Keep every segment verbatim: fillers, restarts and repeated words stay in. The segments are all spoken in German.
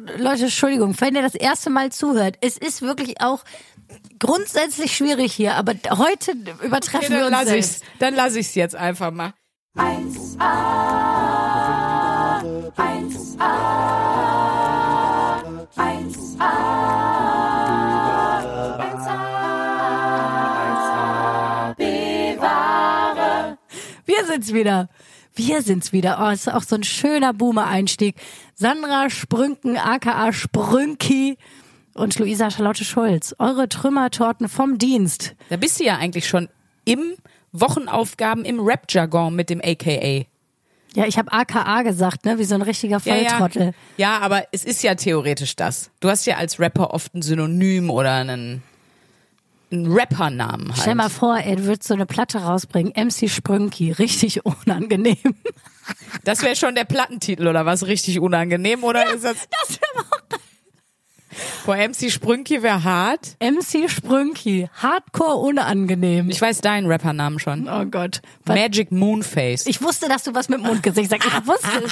Leute, Entschuldigung, wenn ihr das erste Mal zuhört, es ist wirklich auch grundsätzlich schwierig hier, aber heute übertreffen okay, wir uns lass selbst. Ich's, dann lasse ich es jetzt einfach mal. eins a, eins a, eins a, eins a, bewahre. Wir sind's wieder. Wir sind's wieder. Oh, ist auch so ein schöner Boomer-Einstieg. Sandra Sprünken, aka Sprünki und Luisa Charlotte Schulz. Eure Trümmertorten vom Dienst. Da bist du ja eigentlich schon im Wochenaufgaben im Rap-Jargon mit dem A K A. Ja, ich habe A K A gesagt, ne, wie so ein richtiger Volltrottel. Ja, ja. ja, aber es ist ja theoretisch das. Du hast ja als Rapper oft ein Synonym oder einen, einen Rappernamen halt. Stell mal vor, er wird so eine Platte rausbringen, M C Sprünki, richtig unangenehm. Das wäre schon der Plattentitel oder was? Richtig unangenehm oder Ja, ist das? das wäre auch Boah, M C Sprünki wäre hart. M C Sprünki, hardcore unangenehm. Ich weiß deinen Rappernamen schon. Oh Gott. Was? Magic Moonface. Ich wusste, dass du was mit dem Mundgesicht sagst. Ich wusste es.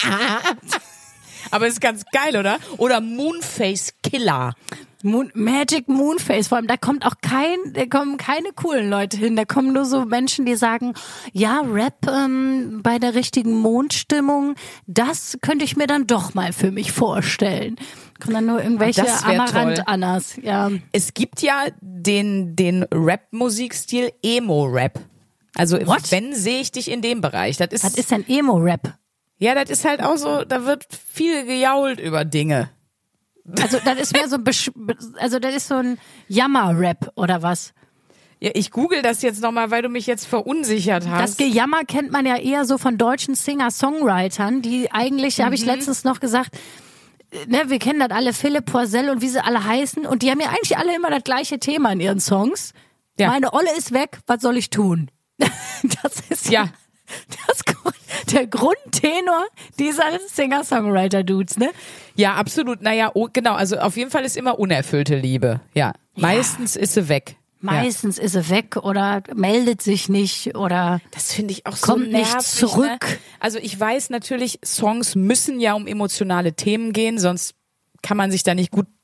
Aber ist ganz geil, oder? Oder Moonface Killer. Moon, Magic Moonface, vor allem, da kommt auch kein, da kommen keine coolen Leute hin, da kommen nur so Menschen, die sagen, ja, Rap ähm, bei der richtigen Mondstimmung, das könnte ich mir dann doch mal für mich vorstellen. Kommen dann nur irgendwelche Das wär Amaranth-Annas, ja. Es gibt ja den, den Rap-Musikstil Emo-Rap. Also What? wenn sehe ich dich in dem Bereich. Das ist, Was ist denn Emo-Rap? ja, das ist halt auch so, da wird viel gejault über Dinge. Also das ist mehr so, besch- also das ist so ein Jammer-Rap oder was? Ja, ich google das jetzt nochmal, weil du mich jetzt verunsichert hast. Das Gejammer kennt man ja eher so von deutschen Singer-Songwritern, die eigentlich, Mhm. habe ich letztens noch gesagt, ne, wir kennen das alle, Philipp Poisel und wie sie alle heißen, und die haben ja eigentlich alle immer das gleiche Thema in ihren Songs. Ja. Meine Olle ist weg, was soll ich tun? Das ist ja, Ja. das, der Grundtenor dieser Singer-Songwriter-Dudes, ne? Ja, absolut. Naja, oh, genau. Also auf jeden Fall ist immer unerfüllte Liebe. Ja. Meistens ist sie weg. Meistens ist sie weg oder meldet sich nicht oder Das finde ich auch so kommt nicht nervig, zurück. Ne? Also ich weiß natürlich, Songs müssen ja um emotionale Themen gehen, sonst kann man sich da nicht gut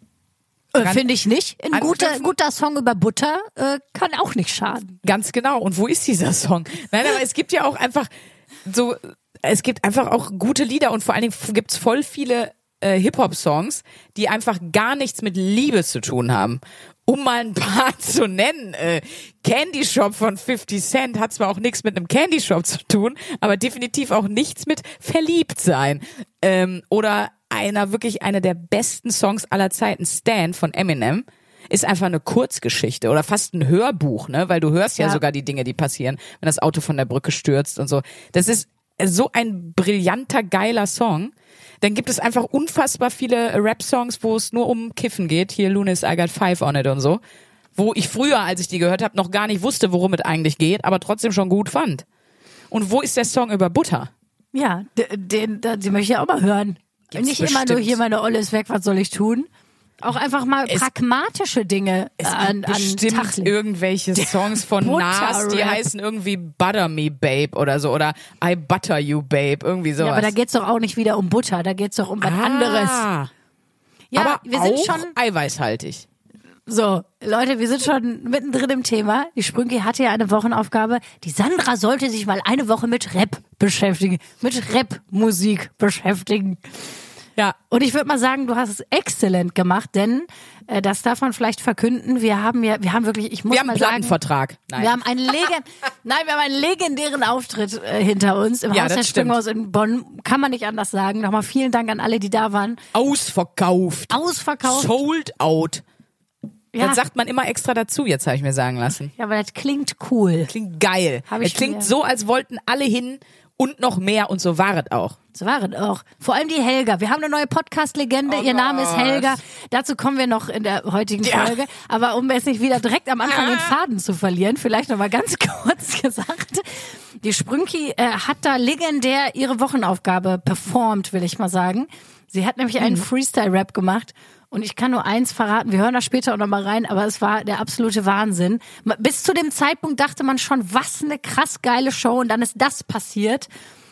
Äh, Finde ich nicht. Ein guter, anknüpfen. guter Song über Butter äh, kann auch nicht schaden. Ganz genau. Und wo ist dieser Song? Nein, aber es gibt ja auch einfach so, es gibt einfach auch gute Lieder und vor allen Dingen gibt's voll viele äh, Hip-Hop-Songs, die einfach gar nichts mit Liebe zu tun haben. Um mal ein paar zu nennen, äh, Candy Shop von fifty Cent hat zwar auch nichts mit einem Candy Shop zu tun, aber definitiv auch nichts mit Verliebtsein. Ähm, oder einer, wirklich einer der besten Songs aller Zeiten, Stan von Eminem, ist einfach eine Kurzgeschichte oder fast ein Hörbuch, ne? Weil du hörst ja, Ja. sogar die Dinge, die passieren, wenn das Auto von der Brücke stürzt und so. Das ist so ein brillanter, geiler Song. Dann gibt es einfach unfassbar viele Rap-Songs, wo es nur um Kiffen geht. Hier, Lunis, I got five on it und so. Wo ich früher, als ich die gehört habe, noch gar nicht wusste, worum es eigentlich geht, aber trotzdem schon gut fand. Und wo ist der Song über Butter? Ja, d- den, den, den möchte ich auch mal hören. Gibt's Nicht immer nur bestimmt. hier, meine Olle ist weg, was soll ich tun? Auch einfach mal Es- pragmatische Dinge Es an, gibt an bestimmt Tag legen. irgendwelche Songs von Nas, die Butter-Rap. heißen irgendwie Butter Me Babe oder so oder I Butter You Babe, irgendwie sowas. Ja, aber da geht's doch auch nicht wieder um Butter, da geht's doch um was ah, anderes. Ja, aber wir sind auch schon, eiweißhaltig. so, Leute, wir sind schon mittendrin im Thema. Die Sprünki hatte ja eine Wochenaufgabe. Die Sandra sollte sich mal eine Woche mit Rap beschäftigen, mit Rap-Musik beschäftigen. Ja, Und ich würde mal sagen, du hast es exzellent gemacht, denn äh, das darf man vielleicht verkünden. Wir haben ja, wir haben wirklich, ich muss wir haben mal einen sagen, Plattenvertrag. Nein. wir haben einen Legen, nein, wir haben einen legendären Auftritt äh, hinter uns im Ja, Haus das der stimmt. Stimmhaus in Bonn. Kann man nicht anders sagen. Nochmal vielen Dank an alle, die da waren. Ausverkauft. Ausverkauft. Sold out. Ja, Das sagt man immer extra dazu, jetzt habe ich mir sagen lassen. ja, aber das klingt cool. Klingt geil. Hab ich Es klingt mir- so, als wollten alle hin und noch mehr und so war es auch. So war es auch. Vor allem die Helga. Wir haben eine neue Podcast-Legende. Oh Ihr Name ist Gott. Helga. Dazu kommen wir noch in der heutigen Ja. Folge. Aber um jetzt nicht wieder direkt am Anfang den Faden zu verlieren, vielleicht noch mal ganz kurz gesagt. Die Sprünki äh, hat da legendär ihre Wochenaufgabe performt, will ich mal sagen. Sie hat nämlich einen Freestyle-Rap gemacht. Und ich kann nur eins verraten, wir hören da später auch noch mal rein, aber es war der absolute Wahnsinn. Bis zu dem Zeitpunkt dachte man schon, was eine krass geile Show, und dann ist das passiert.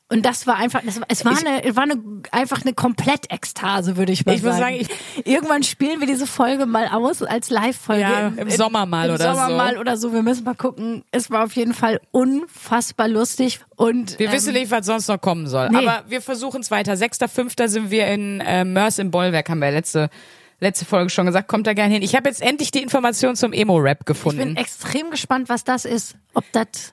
Und das war einfach, das, es war, ich, eine, war eine, einfach eine Komplett-Ekstase, würde ich mal ich sagen. sagen. Muss sagen ich, Irgendwann spielen wir diese Folge mal aus als Live-Folge. Ja, im, im Sommer mal im oder Sommer so. Im Sommer mal oder so. Wir müssen mal gucken. Es war auf jeden Fall unfassbar lustig. Und wir ähm, wissen nicht, was sonst noch kommen soll. Nee. Aber wir versuchen es weiter. sechster fünfter sind wir in äh, Mörs im Bollwerk, haben wir letzte letzte Folge schon gesagt. Kommt da gerne hin. Ich habe jetzt endlich die Information zum Emo-Rap gefunden. Ich bin extrem gespannt, was das ist. Ob das...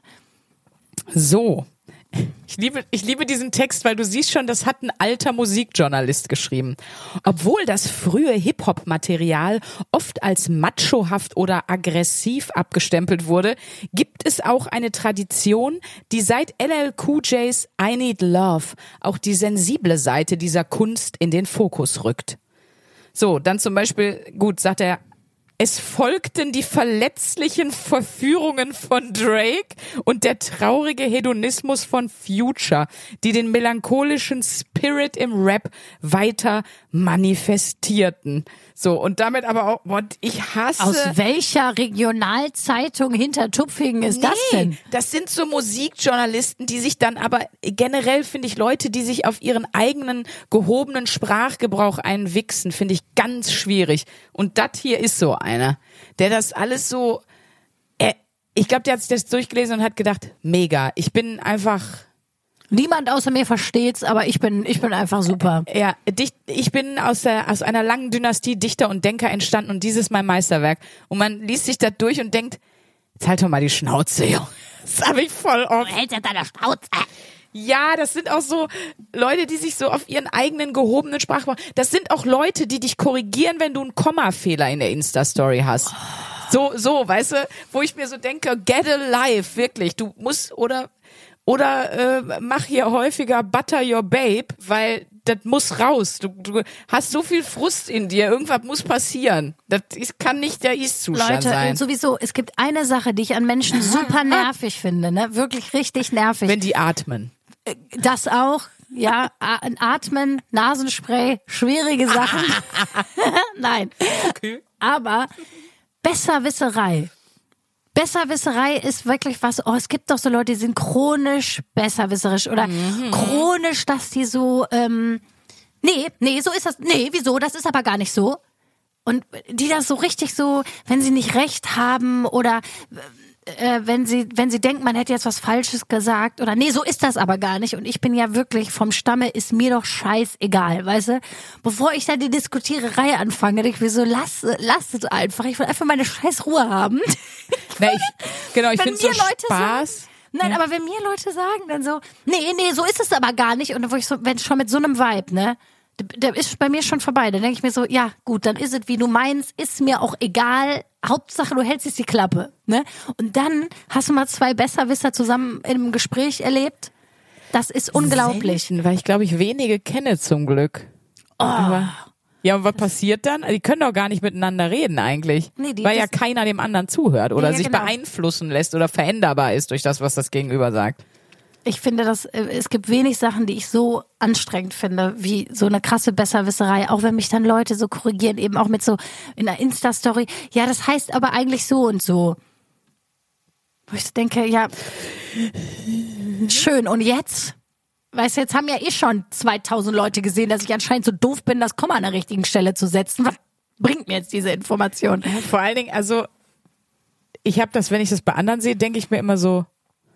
So. Ich liebe, ich liebe diesen Text, weil du siehst schon, das hat ein alter Musikjournalist geschrieben. Obwohl das frühe Hip-Hop-Material oft als machohaft oder aggressiv abgestempelt wurde, gibt es auch eine Tradition, die seit L L Cool J's I Need Love auch die sensible Seite dieser Kunst in den Fokus rückt. So, dann zum Beispiel, gut, sagt er, es folgten die verletzlichen Verführungen von Drake und der traurige Hedonismus von Future, die den melancholischen Spirit im Rap weiter manifestierten. So, und damit aber auch, boah, ich hasse... Aus welcher Regionalzeitung hinter Tupfingen ist nee, das denn? Das sind so Musikjournalisten, die sich dann aber, generell finde ich Leute, die sich auf ihren eigenen gehobenen Sprachgebrauch einwichsen, finde ich ganz schwierig. Und das hier ist so einer, der das alles so, er, ich glaube, der hat sich das durchgelesen und hat gedacht, mega, ich bin einfach... Niemand außer mir versteht's, aber ich bin, ich bin einfach super. Ja, dicht, ich bin aus, der, aus einer langen Dynastie Dichter und Denker entstanden und dieses ist mein Meisterwerk. Und man liest sich da durch und denkt, jetzt halt doch mal die Schnauze, Junge. Das habe ich voll oft. Du hältst jetzt deine Schnauze. Ja, das sind auch so Leute, die sich so auf ihren eigenen gehobenen Sprachgebrauch, das sind auch Leute, die dich korrigieren, wenn du einen Kommafehler in der Insta-Story hast. So, so, weißt du, wo ich mir so denke, get a life, wirklich. Du musst, oder... Oder äh, mach hier häufiger Butter Your Babe, weil das muss raus. Du, du hast so viel Frust in dir, irgendwas muss passieren. Das ist, kann nicht der Ist-Zustand Leute, sein. Leute, sowieso, es gibt eine Sache, die ich an Menschen super nervig finde, ne? Wirklich richtig nervig. Wenn die atmen. Das auch, ja, ein Atmen, Nasenspray, schwierige Sachen. Nein. Okay. Aber Besserwisserei. Besserwisserei ist wirklich was, oh, es gibt doch so Leute, die sind chronisch besserwisserisch oder mhm. chronisch, dass die so, ähm, nee, nee, so ist das, nee, wieso, das ist aber gar nicht so. Und die das so richtig so, wenn sie nicht recht haben oder äh, wenn sie wenn sie denken, man hätte jetzt was Falsches gesagt oder nee, so ist das aber gar nicht. Und ich bin ja wirklich vom Stamme, ist mir doch scheißegal, weißt du? Bevor ich da die Diskutiererei anfange, denke ich mir so, lass, lass es einfach. Ich will einfach meine scheiß Ruhe haben. Na, ich, genau, ich finde so Leute Spaß. Sagen, nein, ja. Aber wenn mir Leute sagen dann so, nee, nee, so ist es aber gar nicht. Und wo ich so, wenn schon mit so einem Vibe, ne? Der ist bei mir schon vorbei. Dann denke ich mir so, ja gut, dann ist es, wie du meinst, ist mir auch egal. Hauptsache, du hältst jetzt die Klappe. Ne? Und dann hast du mal zwei Besserwisser zusammen in einem Gespräch erlebt. Das ist unglaublich. Selten, weil ich glaube, ich wenige kenne zum Glück. Oh. Aber, ja, und was passiert dann? Die können doch gar nicht miteinander reden eigentlich. Nee, die, weil ja keiner dem anderen zuhört oder ja, sich genau. beeinflussen lässt oder veränderbar ist durch das, was das Gegenüber sagt. Ich finde, dass es gibt wenig Sachen, die ich so anstrengend finde, wie so eine krasse Besserwisserei. Auch wenn mich dann Leute so korrigieren, eben auch mit so in einer Insta-Story. Ja, das heißt aber eigentlich so und so. Wo ich denke, ja, schön. Und jetzt? Weißt du, jetzt haben ja eh schon zweitausend Leute gesehen, dass ich anscheinend so doof bin, das Komma an der richtigen Stelle zu setzen. Was bringt mir jetzt diese Information? Vor allen Dingen, also ich habe das, wenn ich das bei anderen sehe, denke ich mir immer so,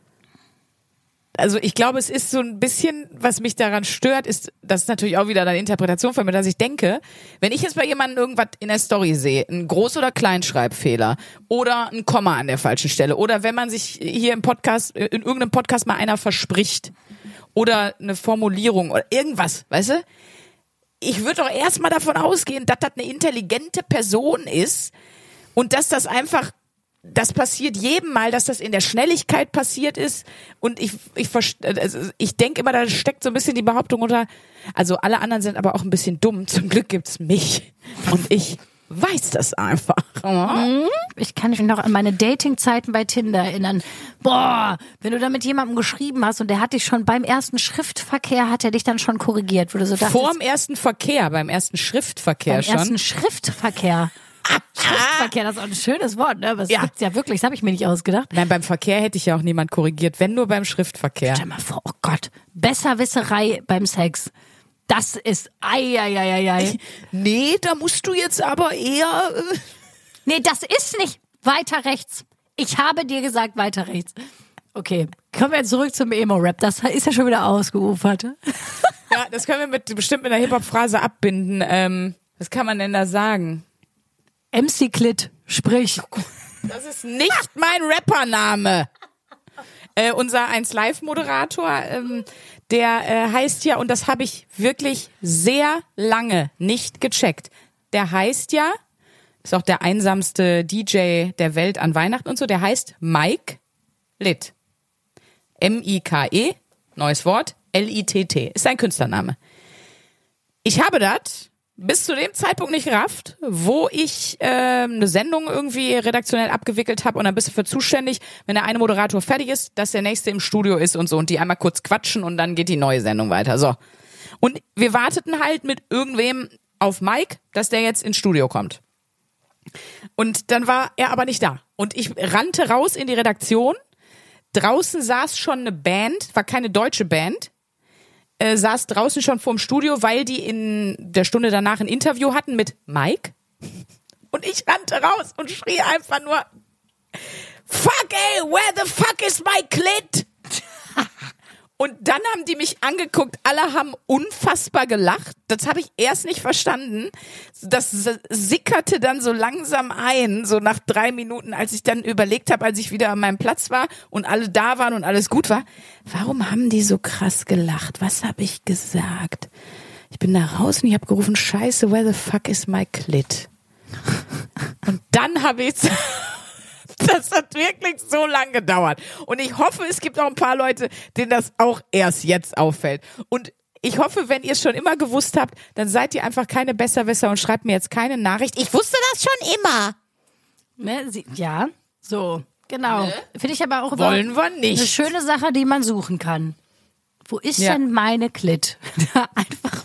also ich glaube, es ist so ein bisschen, was mich daran stört, ist, das ist natürlich auch wieder eine Interpretation von mir, dass ich denke, wenn ich jetzt bei jemandem irgendwas in der Story sehe, ein Groß- oder Kleinschreibfehler oder ein Komma an der falschen Stelle oder wenn man sich hier im Podcast, in irgendeinem Podcast mal einer verspricht oder eine Formulierung oder irgendwas, weißt du? Ich würde doch erstmal davon ausgehen, dass das eine intelligente Person ist und dass das einfach das passiert jedem Mal, dass das in der Schnelligkeit passiert ist und ich ich also ich denke immer, da steckt so ein bisschen die Behauptung unter, also alle anderen sind aber auch ein bisschen dumm, zum Glück gibt's mich und ich weiß das einfach. Ich kann mich noch an meine Dating-Zeiten bei Tinder erinnern. Boah, wenn du da mit jemandem geschrieben hast und der hat dich schon beim ersten Schriftverkehr, hat er dich dann schon korrigiert, wo du so dachtest, vor dem ersten Verkehr, beim ersten Schriftverkehr beim schon. ersten Schriftverkehr. Schriftverkehr, das ist auch ein schönes Wort, ne? Aber das Ja. gibt's ja wirklich, das habe ich mir nicht ausgedacht. Nein, beim Verkehr hätte ich ja auch niemand korrigiert, wenn nur beim Schriftverkehr. Stell mal vor, oh Gott, Besserwisserei beim Sex. Das ist, ei, ei, ei, ei, ei. Nee, da musst du jetzt aber eher... Äh Nee, das ist nicht weiter rechts. Ich habe dir gesagt, weiter rechts. Okay, kommen wir jetzt zurück zum Emo-Rap. Das ist ja schon wieder ausgeufert. Ja, das können wir mit, bestimmt mit einer Hip-Hop-Phrase abbinden. Ähm, was kann man denn da sagen? M C Clit, sprich. Das ist nicht mein Rappername. Äh, unser eins Live-Moderator, ähm, der äh, heißt ja, und das habe ich wirklich sehr lange nicht gecheckt, der heißt ja, ist auch der einsamste D J der Welt an Weihnachten und so, der heißt Mike Litt. M I K E, neues Wort, L I T T, ist sein Künstlername. Ich habe das bis zu dem Zeitpunkt nicht gerafft, wo ich äh, eine Sendung irgendwie redaktionell abgewickelt habe und dann bist du für zuständig, wenn der eine Moderator fertig ist, dass der nächste im Studio ist und so und die einmal kurz quatschen und dann geht die neue Sendung weiter. So. Und wir warteten halt mit irgendwem auf Mike, dass der jetzt ins Studio kommt. Und dann war er aber nicht da. Und ich rannte raus in die Redaktion. Draußen saß schon eine Band, war keine deutsche Band, äh, saß draußen schon vorm Studio, weil die in der Stunde danach ein Interview hatten mit Mike. Und ich rannte raus und schrie einfach nur, fuck ey, where the fuck is my clit? Und dann haben die mich angeguckt, alle haben unfassbar gelacht. Das habe ich erst nicht verstanden. Das sickerte dann so langsam ein, so nach drei Minuten, als ich dann überlegt habe, als ich wieder an meinem Platz war und alle da waren und alles gut war. Warum haben die so krass gelacht? Was habe ich gesagt? Ich bin da raus und ich habe gerufen, scheiße, where the fuck is my clit? Und dann habe ich... Das hat wirklich so lang gedauert. Und ich hoffe, es gibt auch ein paar Leute, denen das auch erst jetzt auffällt. Und ich hoffe, wenn ihr es schon immer gewusst habt, dann seid ihr einfach keine Besserwisser und schreibt mir jetzt keine Nachricht. Ich wusste das schon immer. Ne, sie, ja, so, genau. Ne? Finde ich aber auch Wollen wir nicht. eine schöne Sache, die man suchen kann. Wo ist Ja. denn meine Clit? Einfach.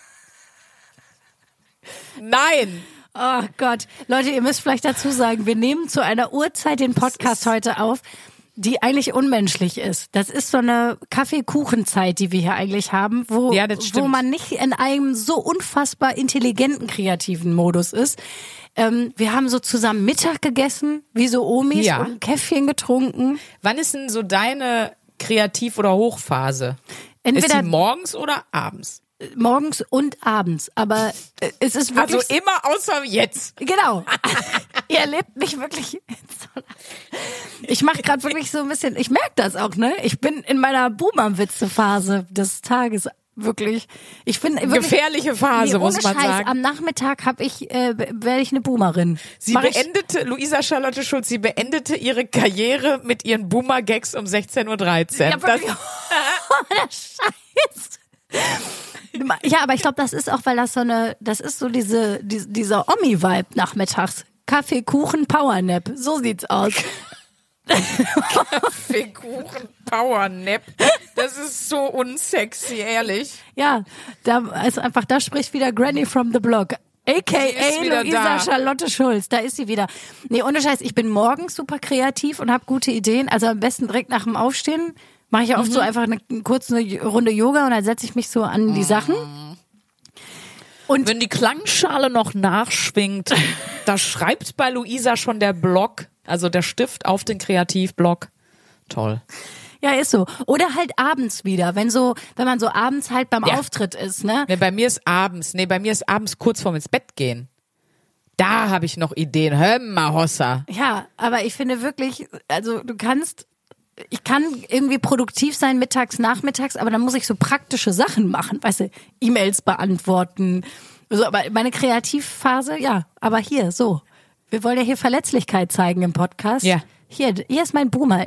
Nein. Oh Gott. Leute, ihr müsst vielleicht dazu sagen, wir nehmen zu einer Uhrzeit den Podcast heute auf, die eigentlich unmenschlich ist. Das ist so eine Kaffeekuchenzeit, die wir hier eigentlich haben, wo, Ja, das wo stimmt. man nicht in einem so unfassbar intelligenten, kreativen Modus ist. Ähm, wir haben so zusammen Mittag gegessen, wie so Omis, Ja. und ein Käffchen getrunken. Wann ist denn so deine Kreativ- oder Hochphase? Entweder- ist die morgens oder abends? Morgens und abends. Aber äh, es ist wirklich... Also immer außer jetzt. Genau. Ihr erlebt mich wirklich. Ich mache gerade wirklich so ein bisschen, ich merke das auch, ne? Ich bin in meiner Boomer-Witze-Phase des Tages wirklich. Ich bin wirklich, Gefährliche Phase, nee, ohne muss man Scheiß, sagen. am Nachmittag habe ich, äh, werde ich eine Boomerin. Sie Mach ich- beendete, Luisa Charlotte Schulz, sie beendete ihre Karriere mit ihren Boomer-Gags um sechzehn Uhr dreizehn. Ja, wirklich. Oh, der Scheiß. Ja, aber ich glaube, das ist auch, weil das so eine, das ist so diese, die, dieser Omi-Vibe nachmittags. Kaffee, Kuchen, Powernap. So sieht's aus. Kaffeekuchen, Powernap. Das ist so unsexy, ehrlich. Ja, da ist einfach, da spricht wieder Granny from the Block. A K Sie ist A wieder Luisa da. Charlotte Schulz, da ist sie wieder. Nee, ohne Scheiß, ich bin morgens super kreativ und habe gute Ideen. Also am besten direkt nach dem Aufstehen mache ich ja oft so einfach eine kurze Runde Yoga und dann setze ich mich so an die Sachen. Und Wenn die Klangschale noch nachschwingt, da schreibt bei Luisa schon der Block, also der Stift auf den Kreativblock. Toll. ja, ist so. Oder halt abends wieder, wenn so, wenn man so abends halt beim Ja. Auftritt ist, ne? Nee, bei mir ist abends, nee, bei mir ist abends kurz vorm ins Bett gehen. Da habe ich noch Ideen. Hör mal, Hossa. Ja, aber ich finde wirklich, also du kannst, ich kann irgendwie produktiv sein mittags, nachmittags, aber dann muss ich so praktische Sachen machen, weißt du, E-Mails beantworten, so, aber meine Kreativphase, ja, aber hier, so. Wir wollen ja hier Verletzlichkeit zeigen im Podcast. Ja. Hier, hier ist mein Boomer-Ich.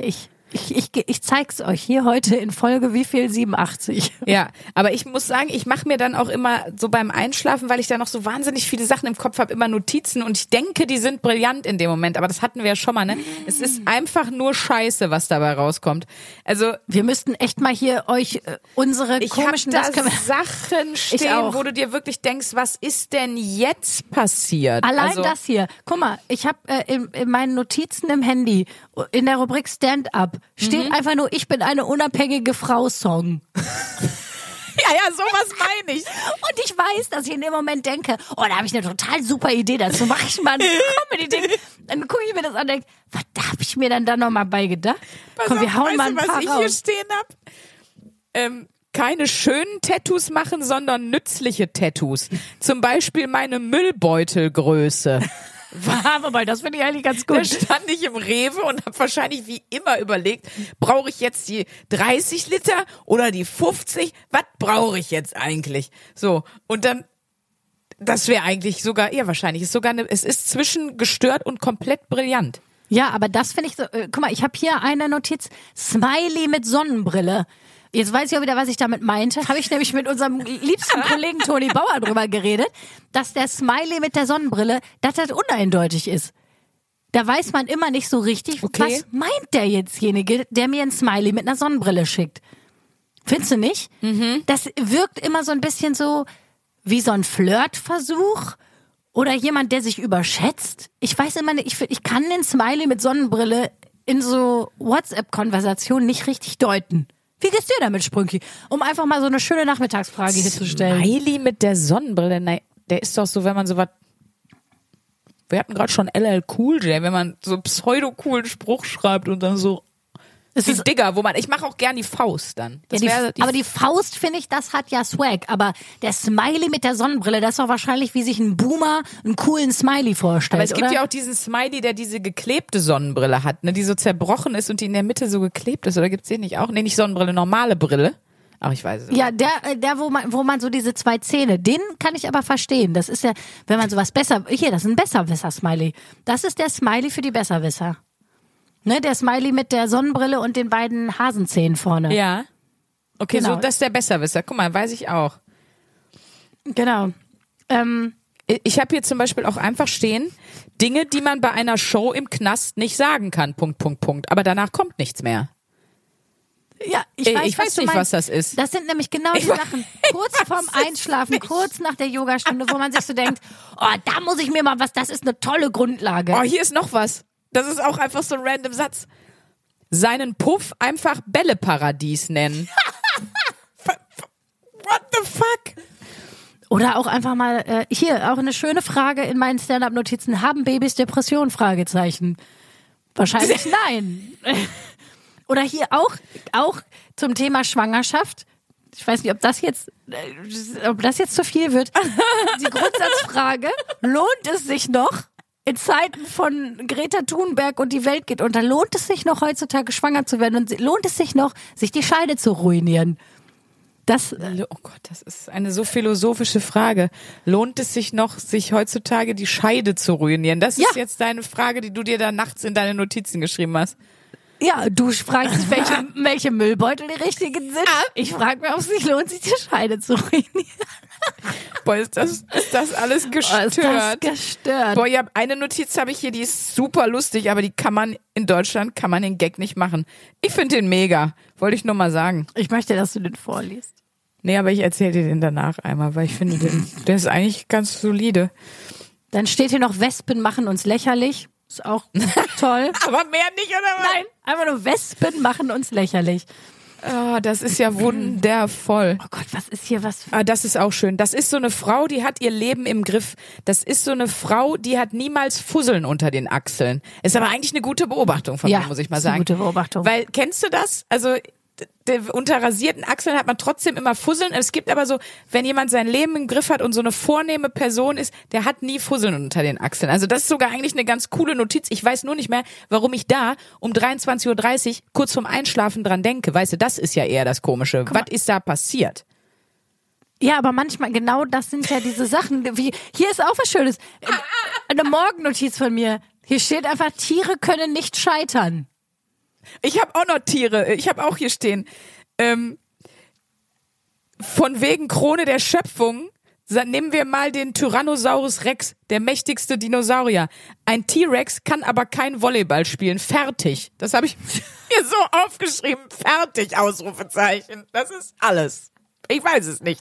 Ich, ich, ich zeig's euch hier heute in Folge wie viel? siebenundachtzig. Ja, aber ich muss sagen, ich mache mir dann auch immer so beim Einschlafen, weil ich da noch so wahnsinnig viele Sachen im Kopf habe, immer Notizen und ich denke, die sind brillant in dem Moment, aber das hatten wir ja schon mal, ne? Es ist einfach nur Scheiße, was dabei rauskommt. Also Wir müssten echt mal hier euch äh, unsere ich habe komischen da das können wir- Sachen stehen, auch. wo du dir wirklich denkst, was ist denn jetzt passiert? Allein also, das hier. Guck mal, ich habe äh, in, in meinen Notizen im Handy, in der Rubrik Stand-up, steht Mhm. einfach nur, ich bin eine unabhängige Frau-Song. Ja, ja, sowas meine ich. Und ich weiß, dass ich in dem Moment denke, oh, da habe ich eine total super Idee dazu. Mache ich mal ein Comedy-Ding. Dann gucke ich mir das an und denke, was da habe ich mir dann da nochmal bei gedacht? Pass Komm, wir auf, hauen weißt mal du, ein was paar ich hier raus. stehen hab? Ähm, keine schönen Tattoos machen, sondern nützliche Tattoos. Zum Beispiel meine Müllbeutelgröße. Wobei, das finde ich eigentlich ganz Da gut. stand ich im Rewe und habe wahrscheinlich wie immer überlegt, brauche ich jetzt die dreißig Liter oder die fünfzig? Was brauche ich jetzt eigentlich? So, und dann, das wäre eigentlich sogar, ja wahrscheinlich, ist sogar eine, es ist zwischen gestört und komplett brillant. Ja, aber das finde ich so, äh, guck mal, ich habe hier eine Notiz, Smiley mit Sonnenbrille. Jetzt weiß ich auch wieder, was ich damit meinte. Habe ich nämlich mit unserem liebsten Kollegen Toni Bauer drüber geredet, dass der Smiley mit der Sonnenbrille, dass das uneindeutig ist. Da weiß man immer nicht so richtig, Okay. was meint der jetztjenige, der mir ein Smiley mit einer Sonnenbrille schickt. Findest du nicht? Mhm. Das wirkt immer so ein bisschen so wie so ein Flirtversuch oder jemand, der sich überschätzt. Ich weiß immer nicht, ich, find- ich kann den Smiley mit Sonnenbrille in so WhatsApp-Konversationen nicht richtig deuten. Wie geht's dir damit, Sprünki? Um einfach mal so eine schöne Nachmittagsfrage hier zu stellen. Smiley mit der Sonnenbrille, nein, der ist doch so, wenn man so was. Wir hatten gerade schon L L Cool J, wenn man so pseudo-coolen Spruch schreibt und dann so. Es Die ist, Digger, wo man, ich mache auch gern die Faust dann. Das ja, wäre die, aber die Faust, finde ich, das hat ja Swag. Aber der Smiley mit der Sonnenbrille, das ist doch wahrscheinlich, wie sich ein Boomer einen coolen Smiley vorstellt, Aber es gibt oder? ja auch diesen Smiley, der diese geklebte Sonnenbrille hat, ne, die so zerbrochen ist und die in der Mitte so geklebt ist. Oder gibt's den nicht auch? Nee, nicht Sonnenbrille, normale Brille. Ach, ich weiß es nicht. Ja, der, äh, der, wo man, wo man so diese zwei Zähne, den kann ich aber verstehen. Das ist ja, wenn man sowas besser, hier, das ist ein Besserwisser-Smiley. Das ist der Smiley für die Besserwisser. Ne, der Smiley mit der Sonnenbrille und den beiden Hasenzähnen vorne. Ja. Okay, Genau. so, das ist der Besserwisser. Guck mal, weiß ich auch. Genau. Ähm, Ich habe hier zum Beispiel auch einfach stehen, Dinge, die man bei einer Show im Knast nicht sagen kann, Punkt, Punkt, Punkt. Aber danach kommt nichts mehr. ja, ich Äh, weiß, ich was weiß du nicht, meinst. was das ist. Das sind nämlich genau die Ich weiß- Sachen, kurz vorm weiß es Einschlafen, nicht. kurz nach der Yogastunde, wo man sich so denkt, oh, da muss ich mir mal was, das ist eine tolle Grundlage. Oh, hier ist noch was. Das ist auch einfach so ein random Satz. Seinen Puff einfach Bälleparadies nennen. What the fuck? Oder auch einfach mal, äh, hier, auch eine schöne Frage in meinen Stand-Up-Notizen. Haben Babys Depression? Fragezeichen. Wahrscheinlich nein. Oder hier auch, auch zum Thema Schwangerschaft. Ich weiß nicht, ob das jetzt, äh, ob das jetzt zu viel wird. Die Grundsatzfrage, lohnt es sich noch in Zeiten von Greta Thunberg und die Welt geht unter, lohnt es sich noch heutzutage schwanger zu werden und lohnt es sich noch, sich die Scheide zu ruinieren? Das, Oh Gott, das ist eine so philosophische Frage. Lohnt es sich noch, sich heutzutage die Scheide zu ruinieren? Das ist Ja. jetzt deine Frage, die du dir da nachts in deine Notizen geschrieben hast. ja, du fragst, welche, welche Müllbeutel die richtigen sind. Ich frage mich, ob es sich lohnt, sich die Scheide zu ruinieren. Boah, ist das, ist das alles Oh, ist das gestört. gestört. Boah, ja, eine Notiz habe ich hier, die ist super lustig, aber die kann man, in Deutschland kann man den Gag nicht machen. Ich finde den mega. Wollte ich nur mal sagen. Ich möchte, dass du den vorliest. Nee, aber ich erzähle dir den danach einmal, weil ich finde, den, der ist eigentlich ganz solide. Dann steht hier noch, Wespen machen uns lächerlich. Ist auch toll. Aber mehr nicht, oder was? Nein, einfach nur Wespen machen uns lächerlich. Oh, das ist ja wundervoll. Oh Gott, was ist hier was? Ah, das ist auch schön. Das ist so eine Frau, die hat ihr Leben im Griff. Das ist so eine Frau, die hat niemals Fusseln unter den Achseln. Ist aber eigentlich eine gute Beobachtung von Ja, mir, muss ich mal ist eine sagen. gute Beobachtung. Weil, kennst du das? Also, d- d- unter rasierten Achseln hat man trotzdem immer Fusseln. Es gibt aber so, wenn jemand sein Leben im Griff hat und so eine vornehme Person ist, der hat nie Fusseln unter den Achseln. Also das ist sogar eigentlich eine ganz coole Notiz. Ich weiß nur nicht mehr, warum ich da um dreiundzwanzig Uhr dreißig kurz vorm Einschlafen dran denke. Weißt du, das ist ja eher das Komische. Was ist da passiert? Ja, aber manchmal, genau das sind ja diese Sachen. Wie, hier ist auch was Schönes. Eine Morgennotiz von mir. Hier steht einfach, Tiere können nicht scheitern. Ich habe auch noch Tiere. Ich habe auch hier stehen. Ähm, von wegen Krone der Schöpfung. Nehmen wir mal den Tyrannosaurus Rex, der mächtigste Dinosaurier. Ein T-Rex kann aber kein Volleyball spielen. Fertig. Das habe ich mir so aufgeschrieben. Fertig, Ausrufezeichen. Das ist alles. Ich weiß es nicht.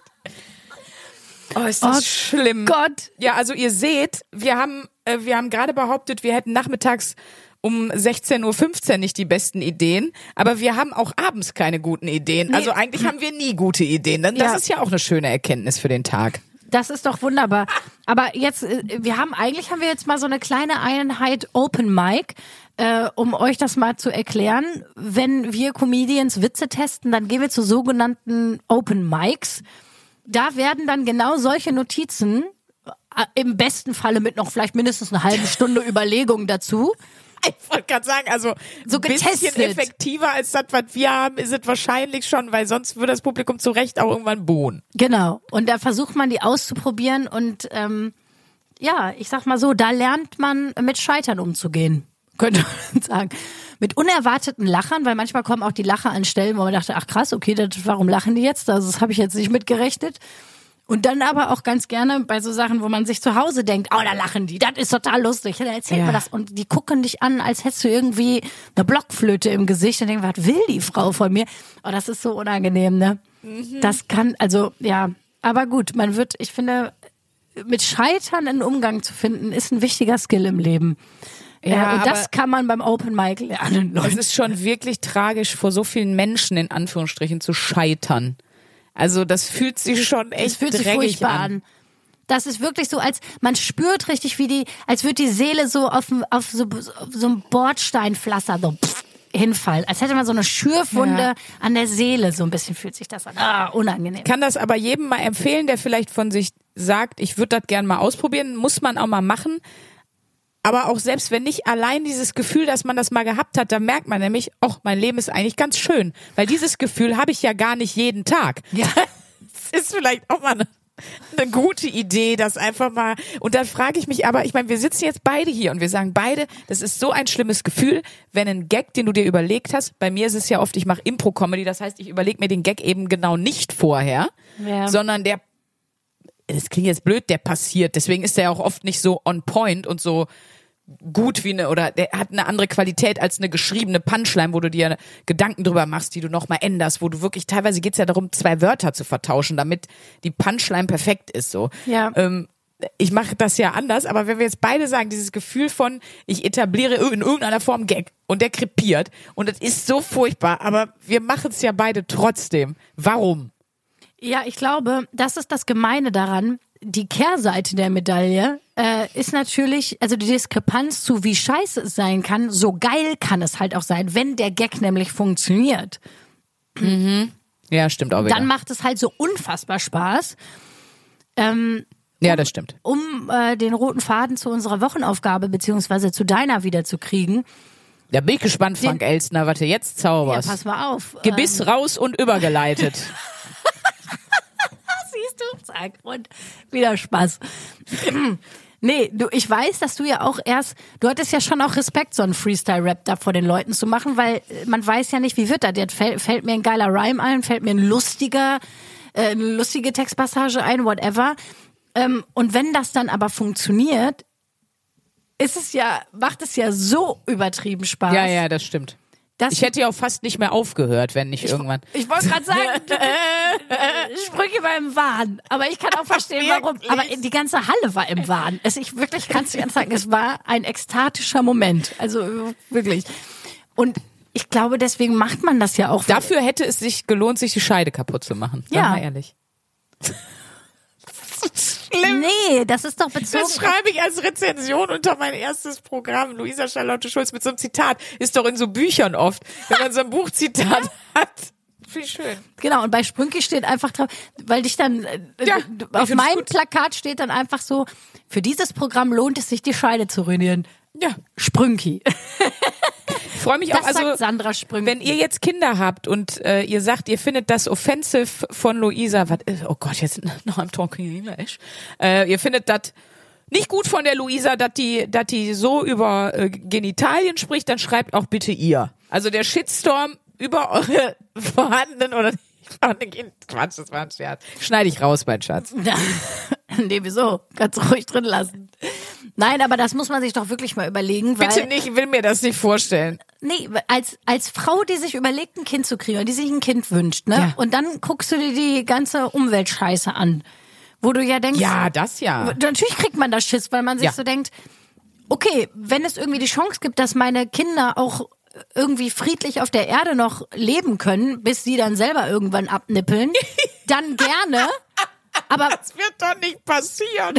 Oh, ist das Oh schlimm. Gott. Ja, also ihr seht, wir haben, äh, wir haben gerade behauptet, wir hätten nachmittags um sechzehn Uhr fünfzehn nicht die besten Ideen, aber wir haben auch abends keine guten Ideen. Also eigentlich haben wir nie gute Ideen. Das Ja. ist ja auch eine schöne Erkenntnis für den Tag. Das ist doch wunderbar. Aber jetzt, äh, wir haben, eigentlich haben wir jetzt mal so eine kleine Einheit Open Mic, äh, um euch das mal zu erklären. Wenn wir Comedians Witze testen, dann gehen wir zu sogenannten Open Mics. Da werden dann genau solche Notizen, äh, im besten Falle mit noch vielleicht mindestens eine halbe Stunde Überlegung dazu. Ich wollte gerade sagen, also So ein bisschen getestet. effektiver als das, was wir haben, ist es wahrscheinlich schon, weil sonst würde das Publikum zu Recht auch irgendwann buhen. Genau. Und da versucht man, die auszuprobieren und ähm, ja, ich sag mal so, da lernt man mit Scheitern umzugehen, könnte man sagen. Mit unerwarteten Lachern, weil manchmal kommen auch die Lacher an Stellen, wo man dachte, ach krass, okay, das, warum lachen die jetzt? Also, das habe ich jetzt nicht mitgerechnet. Und dann aber auch ganz gerne bei so Sachen, wo man sich zu Hause denkt, oh, da lachen die, das ist total lustig. Dann erzählt Ja. man das und die gucken dich an, als hättest du irgendwie eine Blockflöte im Gesicht und denken, was will die Frau von mir? Oh, das ist so unangenehm, ne? Mhm. Das kann, also, ja. Aber gut, man wird, ich finde, mit Scheitern einen Umgang zu finden, ist ein wichtiger Skill im Leben. Ja, Ja, und das aber- kann man beim Open Mic lernen, Es Leute. ist schon wirklich tragisch, vor so vielen Menschen in Anführungsstrichen zu scheitern. Also das fühlt sich schon echt Es fühlt sich dreckig furchtbar an. an. Das ist wirklich so, als man spürt richtig, wie die, als würde die Seele so auf, auf so, auf so einem Bordsteinpflaster so pff, hinfallen. Als hätte man so eine Schürfwunde Ja. an der Seele. So ein bisschen fühlt sich das an. Ah, unangenehm. Kann das aber jedem mal empfehlen, der vielleicht von sich sagt, ich würde das gerne mal ausprobieren, muss man auch mal machen. Aber auch selbst wenn nicht, allein dieses Gefühl, dass man das mal gehabt hat, da merkt man nämlich, ach, mein Leben ist eigentlich ganz schön. Weil dieses Gefühl habe ich ja gar nicht jeden Tag. Ja. Das ist vielleicht auch mal eine, eine gute Idee, das einfach mal. Und dann frage ich mich aber, ich meine, wir sitzen jetzt beide hier und wir sagen beide, das ist so ein schlimmes Gefühl, wenn ein Gag, den du dir überlegt hast, bei mir ist es ja oft, ich mache Impro-Comedy, das heißt, ich überlege mir den Gag eben genau nicht vorher, Ja. sondern der, das klingt jetzt blöd, der passiert. Deswegen ist der auch oft nicht so on point und so gut wie eine, oder der hat eine andere Qualität als eine geschriebene Punchline, wo du dir Gedanken drüber machst, die du nochmal änderst, wo du wirklich, teilweise geht's ja darum, zwei Wörter zu vertauschen, damit die Punchline perfekt ist, so. Ja. Ähm, ich mache das ja anders, aber wenn wir jetzt beide sagen, dieses Gefühl von, ich etabliere in irgendeiner Form Gag und der krepiert und das ist so furchtbar, aber wir machen es ja beide trotzdem. Warum? Ja, ich glaube, das ist das Gemeine daran. Die Kehrseite der Medaille äh, ist natürlich, also die Diskrepanz zu wie scheiße es sein kann, so geil kann es halt auch sein, wenn der Gag nämlich funktioniert. Ja, stimmt auch wieder. Dann macht es halt so unfassbar Spaß. Ähm, Ja, das stimmt. um äh, den roten Faden zu unserer Wochenaufgabe beziehungsweise zu deiner wieder zu kriegen. Da bin ich gespannt, Frank Elstner, was du jetzt Ja, zauberst. pass mal auf. Gebiss raus und übergeleitet. Siehst du? Zack. Und wieder Spaß. Nee, du, ich weiß, dass du ja auch erst, du hattest ja schon auch Respekt, so einen Freestyle-Rap da vor den Leuten zu machen, weil man weiß ja nicht, wie wird das. Jetzt fällt, fällt mir ein geiler Rhyme ein, fällt mir ein lustiger, äh, eine lustige Textpassage ein, whatever. Ähm, und wenn das dann aber funktioniert, ist es ja, macht es ja so übertrieben Spaß. Ja, ja, das stimmt. dass Ich hätte ja auch fast nicht mehr aufgehört, wenn nicht irgendwann. Ich wollte gerade sagen, Sprüche war im Wahn. Aber ich kann auch verstehen, warum. Aber die ganze Halle war im Wahn. Es, ich wirklich kann es dir sagen, es war ein ekstatischer Moment. Also wirklich. Und ich glaube, deswegen macht man das ja auch. Dafür hätte es sich gelohnt, sich die Scheide kaputt zu machen. Sag Ja. mal ehrlich. Nee, das ist doch bezogen. Das schreibe ich als Rezension unter mein erstes Programm. Luisa Charlotte Schulz mit so einem Zitat. Ist doch in so Büchern oft, wenn man so ein Buchzitat hat. Wie schön. Genau, und bei Sprünki steht einfach drauf, weil dich dann, äh, Ja, du- ich auf find's meinem gut. Plakat steht dann einfach so, für dieses Programm lohnt es sich, die Scheide zu ruinieren. Ja. Sprünki. Ich freue mich Das auch, also, sagt Sandra Sprünki. wenn ihr jetzt Kinder habt und äh, ihr sagt, ihr findet das offensive von Luisa, was ist, oh Gott, jetzt noch I'm talking English, äh, ihr findet das nicht gut von der Luisa, dass die, dass die so über äh, Genitalien spricht, dann schreibt auch bitte ihr. Also der Shitstorm über eure vorhandenen oder nicht vorhandenen Quatsch, das war ein Scherz. Schneide ich raus, mein Schatz. Nee, wieso? Kannst du ruhig drin lassen. Nein, aber das muss man sich doch wirklich mal überlegen, weil... Bitte nicht, ich will mir das nicht vorstellen. Nee, als, als Frau, die sich überlegt, ein Kind zu kriegen, oder die sich ein Kind wünscht, ne? Ja. Und dann guckst du dir die ganze Umweltscheiße an, wo du ja denkst... Ja, das ja. Natürlich kriegt man das Schiss, weil man sich Ja. so denkt, okay, wenn es irgendwie die Chance gibt, dass meine Kinder auch irgendwie friedlich auf der Erde noch leben können, bis sie dann selber irgendwann abnippeln, dann gerne. Aber Das wird doch nicht passieren.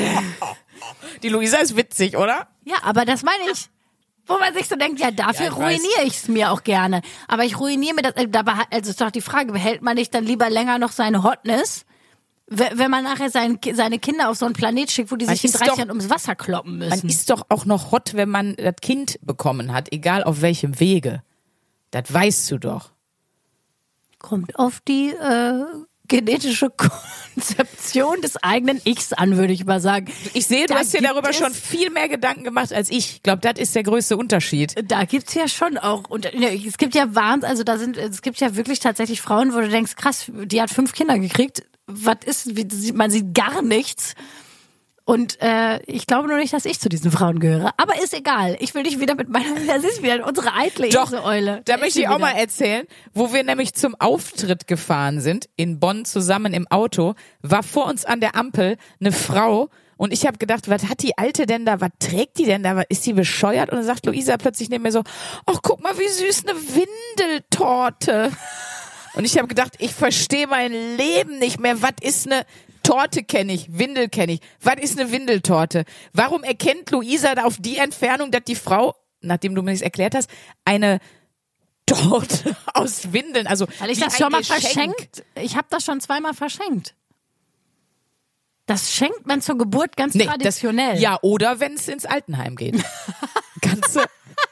Die Luisa ist witzig, oder? ja, aber das meine ich. Wo man sich so denkt, ja, dafür Ja, ich ruiniere ich es mir auch gerne. Aber ich ruiniere mir das, äh, dabei, also ist doch die Frage, behält man nicht dann lieber länger noch seine Hotness, w- wenn man nachher sein, seine Kinder auf so einen Planet schickt, wo die Man sich in ist dreißig doch- Jahren ums Wasser kloppen Man müssen. ist doch auch noch hot, wenn man das Kind bekommen hat, egal auf welchem Wege. Das weißt du doch. Kommt auf die äh, genetische Konzeption des eigenen Ichs an, würde ich mal sagen. Ich sehe, du Da hast dir gibt darüber es- schon viel mehr Gedanken gemacht als ich. Ich glaube, das ist der größte Unterschied. Da gibt's ja schon auch, und ja, es gibt ja Wahnsinn, also da sind, es gibt ja wirklich tatsächlich Frauen, wo du denkst, krass, die hat fünf Kinder gekriegt. Was ist, wie, man sieht gar nichts. Und äh, ich glaube nur nicht, dass ich zu diesen Frauen gehöre. Aber ist egal. Ich will nicht wieder mit meiner, das ist wieder unsere eitle Doch, Eule. da ist möchte sie ich auch wieder. mal erzählen, wo wir nämlich zum Auftritt gefahren sind, in Bonn zusammen im Auto, war vor uns an der Ampel eine Frau und ich habe gedacht, was hat die Alte denn da, was trägt die denn da, was, ist die bescheuert? Und dann sagt Luisa plötzlich neben mir so, ach guck mal, wie süß, eine Windeltorte. Und ich habe gedacht, ich verstehe mein Leben nicht mehr, was ist eine Torte kenne ich, Windel kenne ich. Was ist eine Windeltorte? Warum erkennt Luisa da auf die Entfernung, dass die Frau, nachdem du mir das erklärt hast, eine Torte aus Windeln, also Weil ich wie das ein schon mal Geschenk. verschenkt. Ich habe das schon zweimal verschenkt. Das schenkt man zur Geburt ganz Nee, traditionell. Das, ja, oder wenn es ins Altenheim geht. kannst du,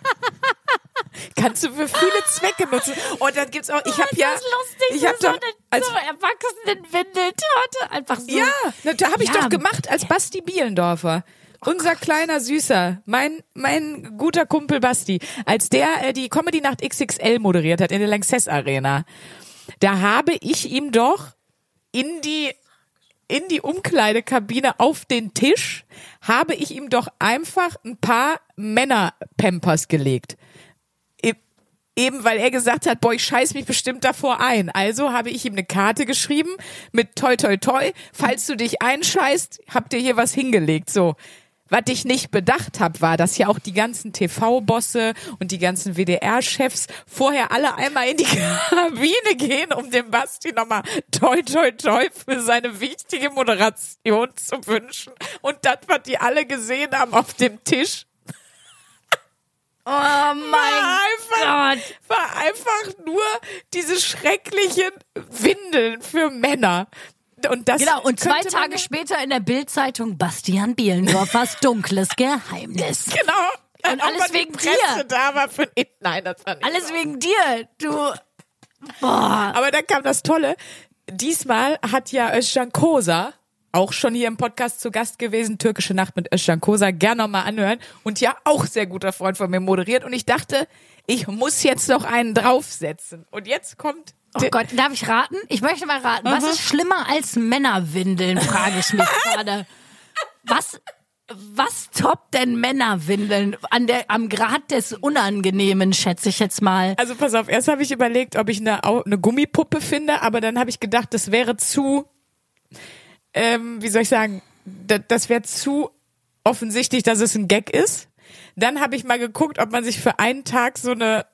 kannst du für viele Zwecke nutzen. Und dann gibt's auch, ich habe ja, Das ist lustig, ich habe so doch, eine als so Erwachsenen-Windeltorte. Einfach so. Ja, ne, da habe ich Ja. doch gemacht als Basti Bielendorfer. Unser kleiner Süßer, mein mein guter Kumpel Basti, als der äh, die Comedy Nacht X X L moderiert hat in der Lanxess Arena, da habe ich ihm doch in die in die Umkleidekabine auf den Tisch habe ich ihm doch einfach ein paar Männer-Pampers gelegt. E- Eben weil er gesagt hat, boah, ich scheiß mich bestimmt davor ein. Also habe ich ihm eine Karte geschrieben mit toi toi toi, falls du dich einscheißt, habt ihr hier was hingelegt. So. Was ich nicht bedacht habe, war, dass ja auch die ganzen T V-Bosse und die ganzen W D R-Chefs vorher alle einmal in die Kabine gehen, um dem Basti nochmal toi toi toi für seine wichtige Moderation zu wünschen. Und das, was die alle gesehen haben auf dem Tisch, Oh mein war einfach, Gott. war einfach nur diese schrecklichen Windeln für Männer. Und das Genau, und zwei könnte man- Tage später in der Bildzeitung Bastian Bielendorfers dunkles Geheimnis. Genau. Und Ob alles man die wegen Presse dir. da war für, nein, das war nicht. Alles wegen dir, du. Boah. Aber dann kam das Tolle. Diesmal hat ja Özcan Kosa, auch schon hier im Podcast zu Gast gewesen, Türkische Nacht mit Özcan Kosa, gerne nochmal anhören. Und ja, auch sehr guter Freund von mir moderiert. Und ich dachte, ich muss jetzt noch einen draufsetzen. Und jetzt kommt... Oh Gott, darf ich raten? Ich möchte mal raten. Was ist schlimmer als Männerwindeln, frage ich mich gerade. Was, was toppt denn Männerwindeln an der, am Grad des Unangenehmen, schätze ich jetzt mal. Also pass auf, erst habe ich überlegt, ob ich eine, Au- eine Gummipuppe finde, aber dann habe ich gedacht, das wäre zu, ähm, wie soll ich sagen, das, das wäre zu offensichtlich, dass es ein Gag ist. Dann habe ich mal geguckt, ob man sich für einen Tag so eine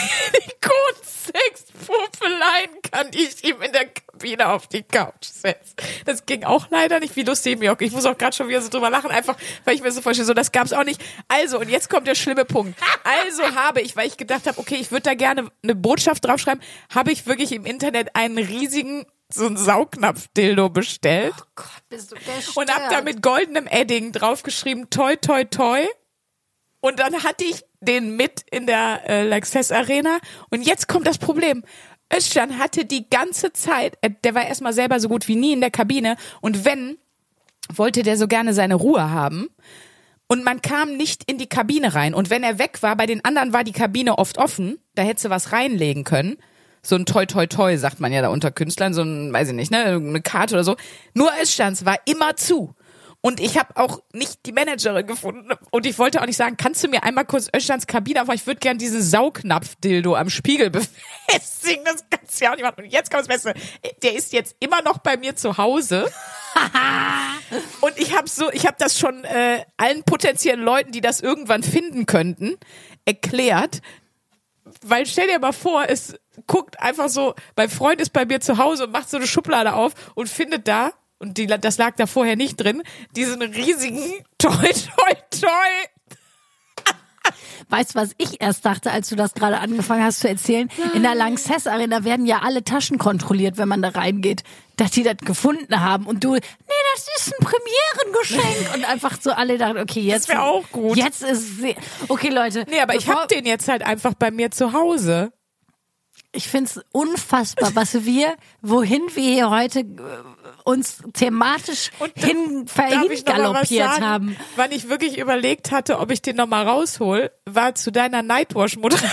Silikon-Sexpuppe leihen kann, die ich ihm in der Kabine auf die Couch setze. Das ging auch leider nicht. Wie lustig mir auch. Ich muss auch gerade schon wieder so drüber lachen, einfach weil ich mir so vorstelle, so das gab's auch nicht. Also, und jetzt kommt der schlimme Punkt. Also habe ich, weil ich gedacht habe, okay, ich würde da gerne eine Botschaft draufschreiben, habe ich wirklich im Internet einen riesigen so einen Saugnapf-Dildo bestellt. Oh Gott, bist du gestört. Und hab da mit goldenem Edding draufgeschrieben, toi, toi, toi. Und dann hatte ich den mit in der äh, Lanxess Arena. Und jetzt kommt das Problem. Özcan hatte die ganze Zeit, äh, der war erstmal selber so gut wie nie in der Kabine. Und wenn, wollte der so gerne seine Ruhe haben. Und man kam nicht in die Kabine rein. Und wenn er weg war, bei den anderen war die Kabine oft offen, da hättest du was reinlegen können. So ein Toi Toi Toi, sagt man ja da unter Künstlern, so ein, weiß ich nicht, ne, eine Karte oder so. Nur Özcans war immer zu. Und ich habe auch nicht die Managerin gefunden. Und ich wollte auch nicht sagen, kannst du mir einmal kurz Özcans Kabine aufmachen? Ich würde gern diesen Saugnapf-Dildo am Spiegel befestigen. Das kannst du ja auch nicht machen. Und jetzt kommt das Beste. Der ist jetzt immer noch bei mir zu Hause. Und ich habe so, ich habe das schon äh, allen potenziellen Leuten, die das irgendwann finden könnten, erklärt. Weil stell dir mal vor, es guckt einfach so, mein Freund ist bei mir zu Hause und macht so eine Schublade auf und findet da, und die, das lag da vorher nicht drin, diesen riesigen Toi Toi Toi. Weißt du, was ich erst dachte, als du das gerade angefangen hast zu erzählen? In der Lanxess Arena werden ja alle Taschen kontrolliert, wenn man da reingeht, dass die das gefunden haben und du, nee, das ist ein Premierengeschenk und einfach so alle dachten, okay, jetzt Das wäre auch gut. Jetzt ist sie, okay, Leute. Nee, aber ich bevor- hab den jetzt halt einfach bei mir zu Hause. Ich find's unfassbar, was wir, wohin wir hier heute äh, uns thematisch Und hin Darf ich noch mal was vergaloppiert sagen? haben. Wann ich wirklich überlegt hatte, ob ich den nochmal raushol, war zu deiner Nightwash-Mutter.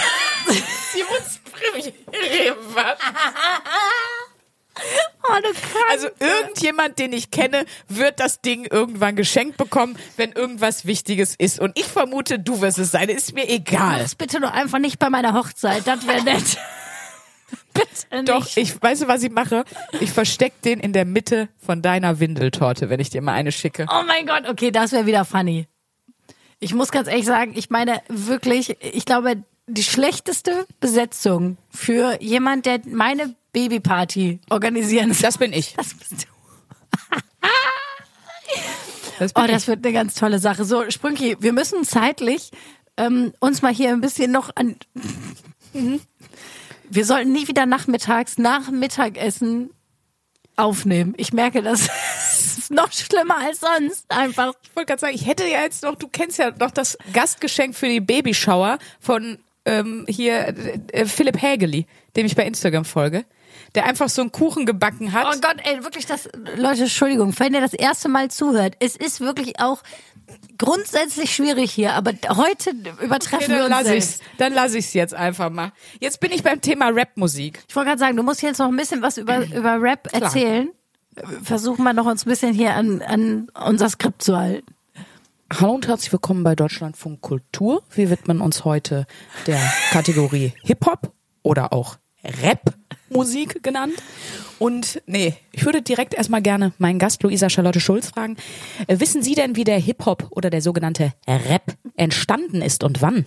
Premiere war. Oh, du Kranke. Also irgendjemand, den ich kenne, wird das Ding irgendwann geschenkt bekommen, wenn irgendwas Wichtiges ist. Und ich vermute, du wirst es sein. Ist mir egal. Mach's bitte nur einfach nicht bei meiner Hochzeit, das wäre nett. Bitte nicht. Doch, ich weißt du, was ich mache? Ich versteck den in der Mitte von deiner Windeltorte, wenn ich dir mal eine schicke. Oh mein Gott, okay, das wäre wieder funny. Ich muss ganz ehrlich sagen, ich meine wirklich, ich glaube, die schlechteste Besetzung für jemand, der meine Babyparty organisieren soll. Das bin ich. Das bist du. Das bin Oh, das wird eine ganz tolle Sache. So, Sprünki, wir müssen zeitlich ähm, uns mal hier ein bisschen noch an... Wir sollten nie wieder nachmittags, nach Mittagessen aufnehmen. Ich merke, das ist noch schlimmer als sonst. Einfach. Ich wollte gerade sagen, ich hätte ja jetzt noch, du kennst ja noch das Gastgeschenk für die Babyshower von ähm, hier äh, Philipp Hägeli, dem ich bei Instagram folge, der einfach so einen Kuchen gebacken hat. Oh Gott, ey, wirklich das, Leute, Entschuldigung, wenn ihr das erste Mal zuhört, es ist wirklich auch grundsätzlich schwierig hier, aber heute übertreffen Okay, wir dann uns lass selbst. ich's, dann lass ich's jetzt einfach mal. Jetzt bin ich beim Thema Rapmusik. Ich wollte gerade sagen, du musst jetzt noch ein bisschen was über, über Rap erzählen. Versuchen wir noch uns ein bisschen hier an, an unser Skript zu halten. Hallo und herzlich willkommen bei Deutschlandfunk Kultur. Wir widmen uns heute der Kategorie Hip-Hop oder auch Rap-Musik genannt. Und nee, ich würde direkt erstmal gerne meinen Gast Luisa Charlotte Schulz fragen. Äh, wissen Sie denn, wie der Hip-Hop oder der sogenannte Rap entstanden ist und wann?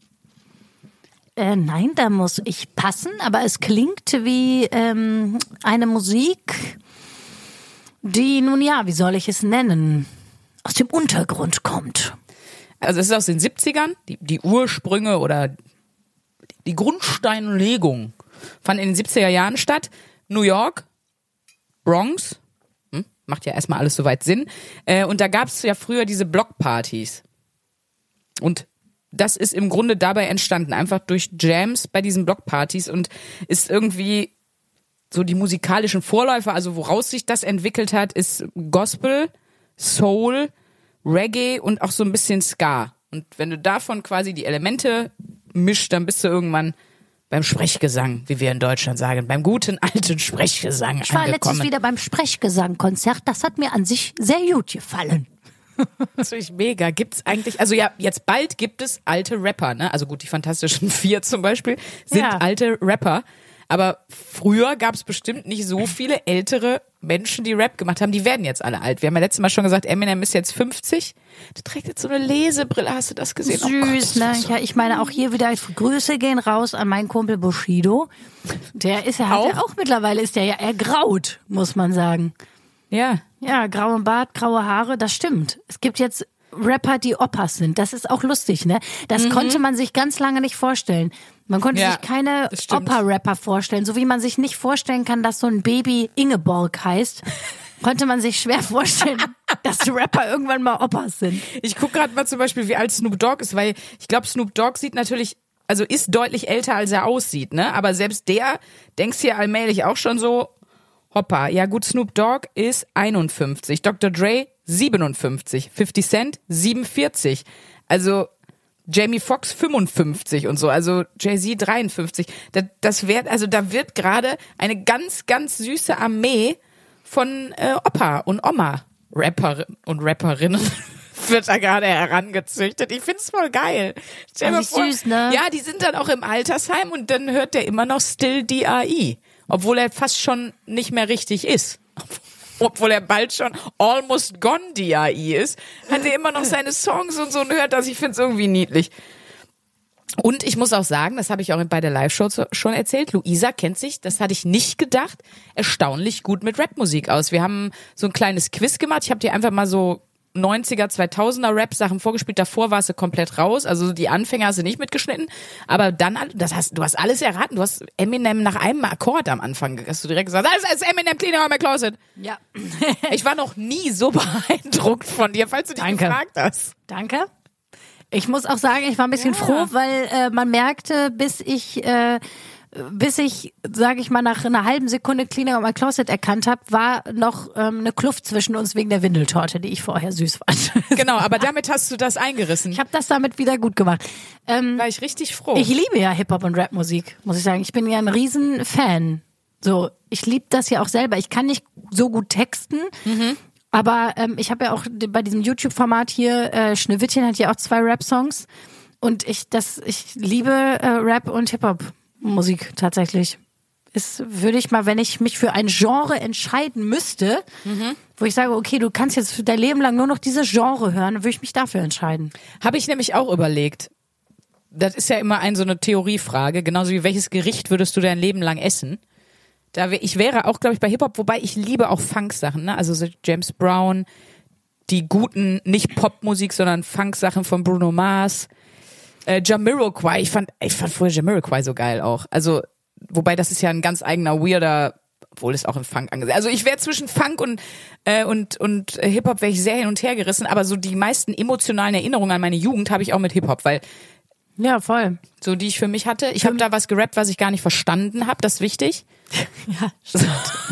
Äh, nein, da muss ich passen, aber es klingt wie ähm, eine Musik, die, nun ja, wie soll ich es nennen, aus dem Untergrund kommt. Also es ist aus den siebzigern, die, die Ursprünge oder die Grundsteinlegung fand in den siebziger Jahren statt. New York, Bronx, hm, macht ja erstmal alles soweit Sinn. Äh, und da gab es ja früher diese Blockpartys. Und das ist im Grunde dabei entstanden, einfach durch Jams bei diesen Blockpartys und ist irgendwie so die musikalischen Vorläufer, also woraus sich das entwickelt hat, ist Gospel, Soul, Reggae und auch so ein bisschen Ska. Und wenn du davon quasi die Elemente mischt, dann bist du irgendwann beim Sprechgesang, wie wir in Deutschland sagen, beim guten alten Sprechgesang Ich war angekommen. letztens wieder beim Sprechgesangkonzert, das hat mir an sich sehr gut gefallen. Das finde ich mega. Gibt's eigentlich, also ja, jetzt bald gibt es alte Rapper, ne? Also gut, die Fantastischen Vier zum Beispiel sind Ja. alte Rapper. Aber früher gab es bestimmt nicht so viele ältere Menschen, die Rap gemacht haben. Die werden jetzt alle alt. Wir haben ja letztes Mal schon gesagt, Eminem ist jetzt fünfzig. Der trägt jetzt so eine Lesebrille. Hast du das gesehen? Oh Gott, Süß, das ne? war so- Ja, ich meine auch hier wieder Grüße gehen raus an meinen Kumpel Bushido. Der ist ja hat ja Auch? auch mittlerweile ist der ja ergraut, muss man sagen. Ja. Ja, grauen Bart, graue Haare, das stimmt. Es gibt jetzt Rapper, die Opas sind. Das ist auch lustig, ne? Das konnte man sich ganz lange nicht vorstellen. Man konnte Ja, sich keine das stimmt. Opa-Rapper vorstellen. So wie man sich nicht vorstellen kann, dass so ein Baby Ingeborg heißt, konnte man sich schwer vorstellen, dass Rapper irgendwann mal Opas sind. Ich guck gerade mal zum Beispiel, wie alt Snoop Dogg ist, weil ich glaube, Snoop Dogg sieht natürlich, also ist deutlich älter, als er aussieht, ne? Aber selbst der, denkst hier allmählich auch schon so, hoppa, ja gut, Snoop Dogg ist einundfünfzig, Doktor Dre siebenundfünfzig, fifty Cent siebenundvierzig, also Jamie Foxx fünfundfünfzig und so, also Jay-Z dreiundfünfzig. Das, das wird, also da wird gerade eine ganz, ganz süße Armee von äh, Opa und Oma, Rapper und Rapperinnen wird da gerade herangezüchtet. Ich find's voll geil. Stell dir Also mal vor, süß, ne? Ja, die sind dann auch im Altersheim und dann hört der immer noch Still D R E, obwohl er fast schon nicht mehr richtig ist. Obwohl er bald schon almost gone D R E ist, hat er immer noch seine Songs und so und hört das. Ich find's irgendwie niedlich. Und ich muss auch sagen, das habe ich auch bei der Live-Show schon erzählt, Luisa kennt sich, das hatte ich nicht gedacht, erstaunlich gut mit Rapmusik aus. Wir haben so ein kleines Quiz gemacht. Ich habe dir einfach mal so neunziger, zweitausender Rap-Sachen vorgespielt. Davor warst du komplett raus. Also die Anfänger hast du nicht mitgeschnitten. Aber dann, das hast, du hast alles erraten. Du hast Eminem nach einem Akkord am Anfang, hast du direkt gesagt, das ist Eminem, Clean Out My Closet. Ja. Ich war noch nie so beeindruckt von dir, falls du dich Danke. gefragt hast. Danke. Ich muss auch sagen, ich war ein bisschen Ja. froh, weil äh, man merkte, bis ich, äh, bis ich, sage ich mal, nach einer halben Sekunde Cleaner und My Closet erkannt habe, war noch ähm, eine Kluft zwischen uns wegen der Windeltorte, die ich vorher süß fand. Genau, aber damit hast du das eingerissen. Ich habe das damit wieder gut gemacht. Ähm, war ich richtig froh. ich liebe ja Hip-Hop und Rap-Musik, muss ich sagen. Ich bin ja ein riesen Fan. So, ich liebe das ja auch selber. Ich kann nicht so gut texten, Mhm. aber ähm, ich habe ja auch bei diesem YouTube-Format hier, äh, Schneewittchen hat ja auch zwei Rap-Songs und ich das, ich liebe äh, Rap und Hip-Hop-Musik tatsächlich. Ist, würde ich mal, wenn ich mich für ein Genre entscheiden müsste, Mhm. wo ich sage, okay, du kannst jetzt für dein Leben lang nur noch dieses Genre hören, dann würde ich mich dafür entscheiden. Habe ich nämlich auch überlegt. Das ist ja immer ein so eine Theoriefrage, genauso wie welches Gericht würdest du dein Leben lang essen? Da wär, ich wäre auch, glaube ich, bei Hip-Hop, wobei ich liebe auch Funk-Sachen, ne? Also so James Brown, die guten, nicht Popmusik, sondern Funk-Sachen von Bruno Mars, äh, Jamiroquai, ich fand, ich fand früher Jamiroquai so geil auch. Also, wobei das ist ja ein ganz eigener, weirder, obwohl es auch im Funk angesehen. Also ich wäre zwischen Funk und äh, und und äh, Hip-Hop wäre ich sehr hin und her gerissen, aber so die meisten emotionalen Erinnerungen an meine Jugend habe ich auch mit Hip-Hop, weil Ja, voll. so die ich für mich hatte. Ich habe da was gerappt, was ich gar nicht verstanden habe, das ist wichtig. Ja, stimmt.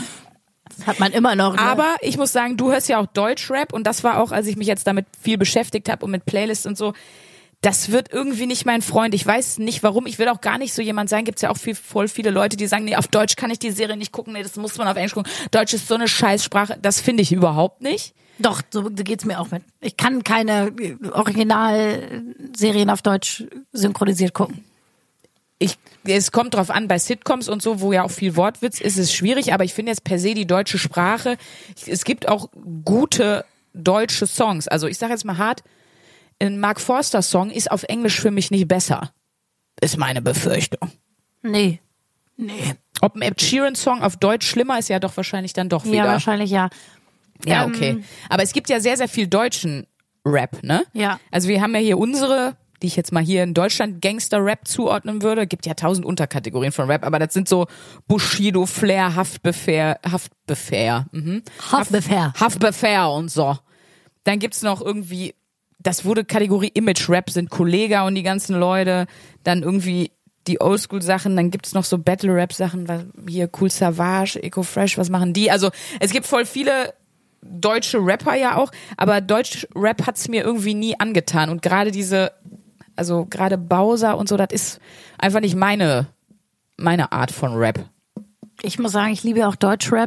Das hat man immer noch. Ne? Aber ich muss sagen, du hörst ja auch Deutschrap und das war auch, als ich mich jetzt damit viel beschäftigt habe und mit Playlists und so, das wird irgendwie nicht mein Freund. Ich weiß nicht warum. Ich will auch gar nicht so jemand sein. Gibt's ja auch viel, voll viele Leute, die sagen, nee, auf Deutsch kann ich die Serie nicht gucken. Nee, das muss man auf Englisch gucken. Deutsch ist so eine Scheißsprache. Das finde ich überhaupt nicht. Doch, so geht's mir auch mit. Ich kann keine Originalserien auf Deutsch synchronisiert gucken. Ich, es kommt drauf an, bei Sitcoms und so, wo ja auch viel Wortwitz ist, ist es schwierig, aber ich finde jetzt per se die deutsche Sprache, es gibt auch gute deutsche Songs. Also ich sage jetzt mal hart, ein Mark Forster Song ist auf Englisch für mich nicht besser. Ist meine Befürchtung. Nee. Nee. Ob ein Ed Sheeran Song auf Deutsch schlimmer ist, ja doch wahrscheinlich dann doch wieder. Ja, wahrscheinlich ja. Ja, Ähm, okay. Aber es gibt ja sehr, sehr viel deutschen Rap, ne? Ja. Also wir haben ja hier unsere, die ich jetzt mal hier in Deutschland Gangster-Rap zuordnen würde. Gibt ja tausend Unterkategorien von Rap, aber das sind so Bushido, Flair, Haftbefehl, Haftbefehl, mhm. Haftbefehl. Haftbefehl und so. Dann gibt's noch irgendwie, das wurde Kategorie Image-Rap, sind Kollega und die ganzen Leute. Dann irgendwie die Oldschool-Sachen, dann gibt's noch so Battle-Rap-Sachen, was- hier Cool Savage, Eco Fresh, was machen die? Also es gibt voll viele deutsche Rapper ja auch, aber Deutsch-Rap hat's mir irgendwie nie angetan. Und gerade diese, also gerade Bowser und so, das ist einfach nicht meine, meine Art von Rap. Ich muss sagen, ich liebe auch Deutschrap.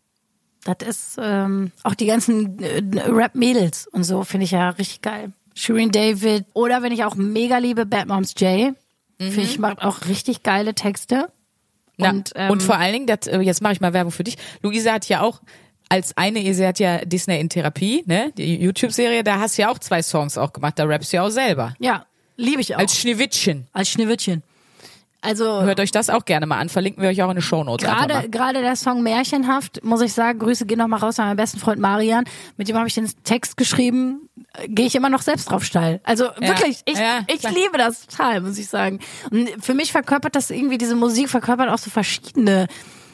Das ist ähm, auch die ganzen äh, Rap-Mädels und so finde ich ja richtig geil. Shirin David oder wenn ich auch mega liebe, Bad Moms J. Finde ich, macht auch richtig geile Texte. Ja. Und, Und, ähm, vor allen Dingen, das, äh, jetzt mache ich mal Werbung für dich. Luisa hat ja auch als eine, sie hat ja Disney in Therapie, ne, die YouTube-Serie, da hast du ja auch zwei Songs auch gemacht, da rappst du ja auch selber. Ja, liebe ich auch. Als Schneewittchen. Als Schneewittchen. Also Hört euch das auch gerne mal an, verlinken wir euch auch in den Shownotes. einfach gerade mal. gerade der Song Märchenhaft, muss ich sagen, Grüße gehen noch mal raus an meinen besten Freund Marian. Mit dem habe ich den Text geschrieben, äh, gehe ich immer noch selbst drauf steil. Also wirklich, ich, Ja, ich klar. liebe das total, muss ich sagen. Und für mich verkörpert das irgendwie, diese Musik verkörpert auch so verschiedene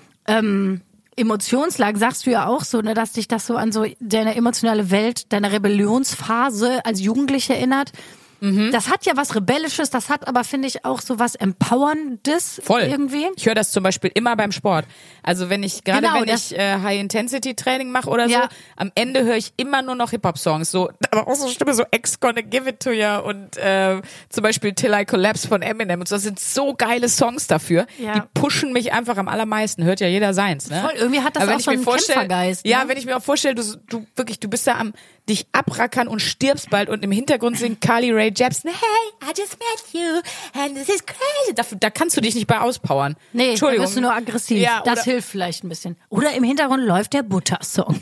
ähm, Emotionslagen, sagst du ja auch so, ne, dass dich das so an so deine emotionale Welt, deine Rebellionsphase als Jugendliche erinnert. Mhm. Das hat ja was Rebellisches, das hat aber, finde ich, auch so was Empowerndes Voll. irgendwie. Ich höre das zum Beispiel immer beim Sport. Also wenn ich, gerade Genau, wenn das- ich äh, High-Intensity-Training mache oder Ja. so, am Ende höre ich immer nur noch Hip-Hop-Songs. So, aber auch so Stimme, so Ex Gonna Give It To Ya und äh, zum Beispiel Till I Collapse von Eminem und so. Das sind so geile Songs dafür. Ja. Die pushen mich einfach am allermeisten. Hört ja jeder seins, ne? Voll, irgendwie hat das Aber wenn auch ich so mir einen vorstell- Kämpfergeist, ne? Ja, wenn ich mir auch vorstelle, du, du wirklich, du bist da am dich abrackern und stirbst bald und im Hintergrund singt Carly Rae Jepsen, hey, I just met you and this is crazy. Da, da kannst du dich nicht bei auspowern. Nee, da Entschuldigung. wirst du nur aggressiv. Ja, das oder hilft vielleicht ein bisschen. Oder im Hintergrund läuft der Butter-Song.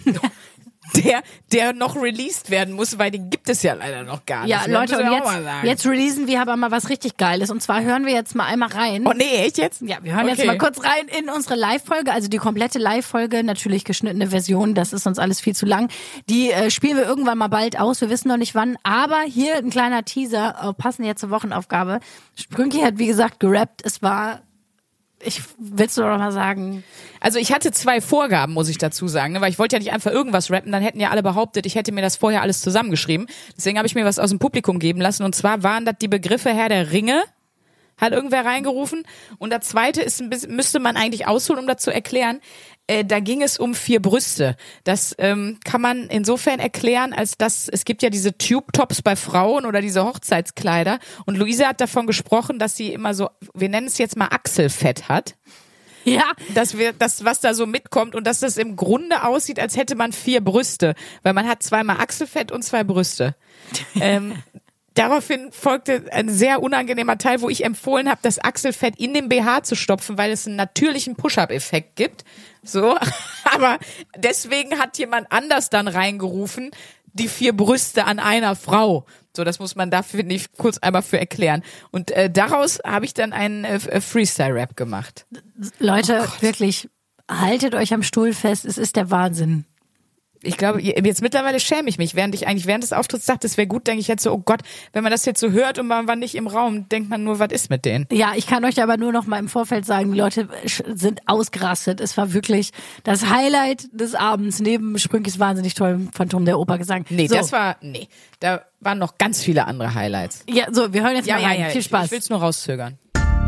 der, der noch released werden muss, weil den gibt es ja leider noch gar nicht. Ja, Das Leute, müssen und wir auch jetzt, mal sagen. jetzt releasen wir aber mal was richtig Geiles. Und zwar hören wir jetzt mal einmal rein. Oh nee, echt jetzt? Ja, wir hören Okay. jetzt mal kurz rein in unsere Live-Folge, also die komplette Live-Folge, natürlich geschnittene Version, das ist uns alles viel zu lang. Die äh, spielen wir irgendwann mal bald aus, wir wissen noch nicht wann, aber hier ein kleiner Teaser, äh, passend jetzt zur Wochenaufgabe. Sprünki hat, wie gesagt, gerappt, es war, ich willst du doch mal sagen, Also ich hatte zwei Vorgaben, muss ich dazu sagen, ne? Weil ich wollte ja nicht einfach irgendwas rappen, dann hätten ja alle behauptet, ich hätte mir das vorher alles zusammengeschrieben. Deswegen habe ich mir was aus dem Publikum geben lassen und zwar waren das die Begriffe Herr der Ringe, hat irgendwer reingerufen und das zweite ist ein bisschen, müsste man eigentlich ausholen, um das zu erklären. Äh, da ging es um vier Brüste. Das ähm, kann man insofern erklären, als dass es gibt ja diese Tube-Tops bei Frauen oder diese Hochzeitskleider und Luisa hat davon gesprochen, dass sie immer so, wir nennen es jetzt mal Achselfett hat. ja, Dass wir, das, was da so mitkommt und dass das im Grunde aussieht, als hätte man vier Brüste, weil man hat zweimal Achselfett und zwei Brüste. ähm, daraufhin folgte ein sehr unangenehmer Teil, wo ich empfohlen habe, das Achselfett in den B H zu stopfen, weil es einen natürlichen Push-Up-Effekt gibt. So, aber deswegen hat jemand anders dann reingerufen, die vier Brüste an einer Frau. So, das muss man da, finde ich, kurz einmal für erklären. Und äh, daraus habe ich dann einen äh, Freestyle-Rap gemacht. Leute, wirklich, haltet euch am Stuhl fest, es ist der Wahnsinn. Ich glaube, jetzt mittlerweile schäme ich mich, während ich eigentlich während des Auftritts dachte, es wäre gut, denke ich jetzt so, oh Gott, wenn man das jetzt so hört und man war nicht im Raum, denkt man nur, was ist mit denen? Ja, ich kann euch aber nur noch mal im Vorfeld sagen, die Leute sind ausgerastet. Es war wirklich das Highlight des Abends, neben Sprünkis wahnsinnig tollem Phantom der Oper Gesang. Nee, so. das war, nee, da waren noch ganz viele andere Highlights. Ja, so, wir hören jetzt mal rein. Viel ich, Spaß. ich will's nur rauszögern.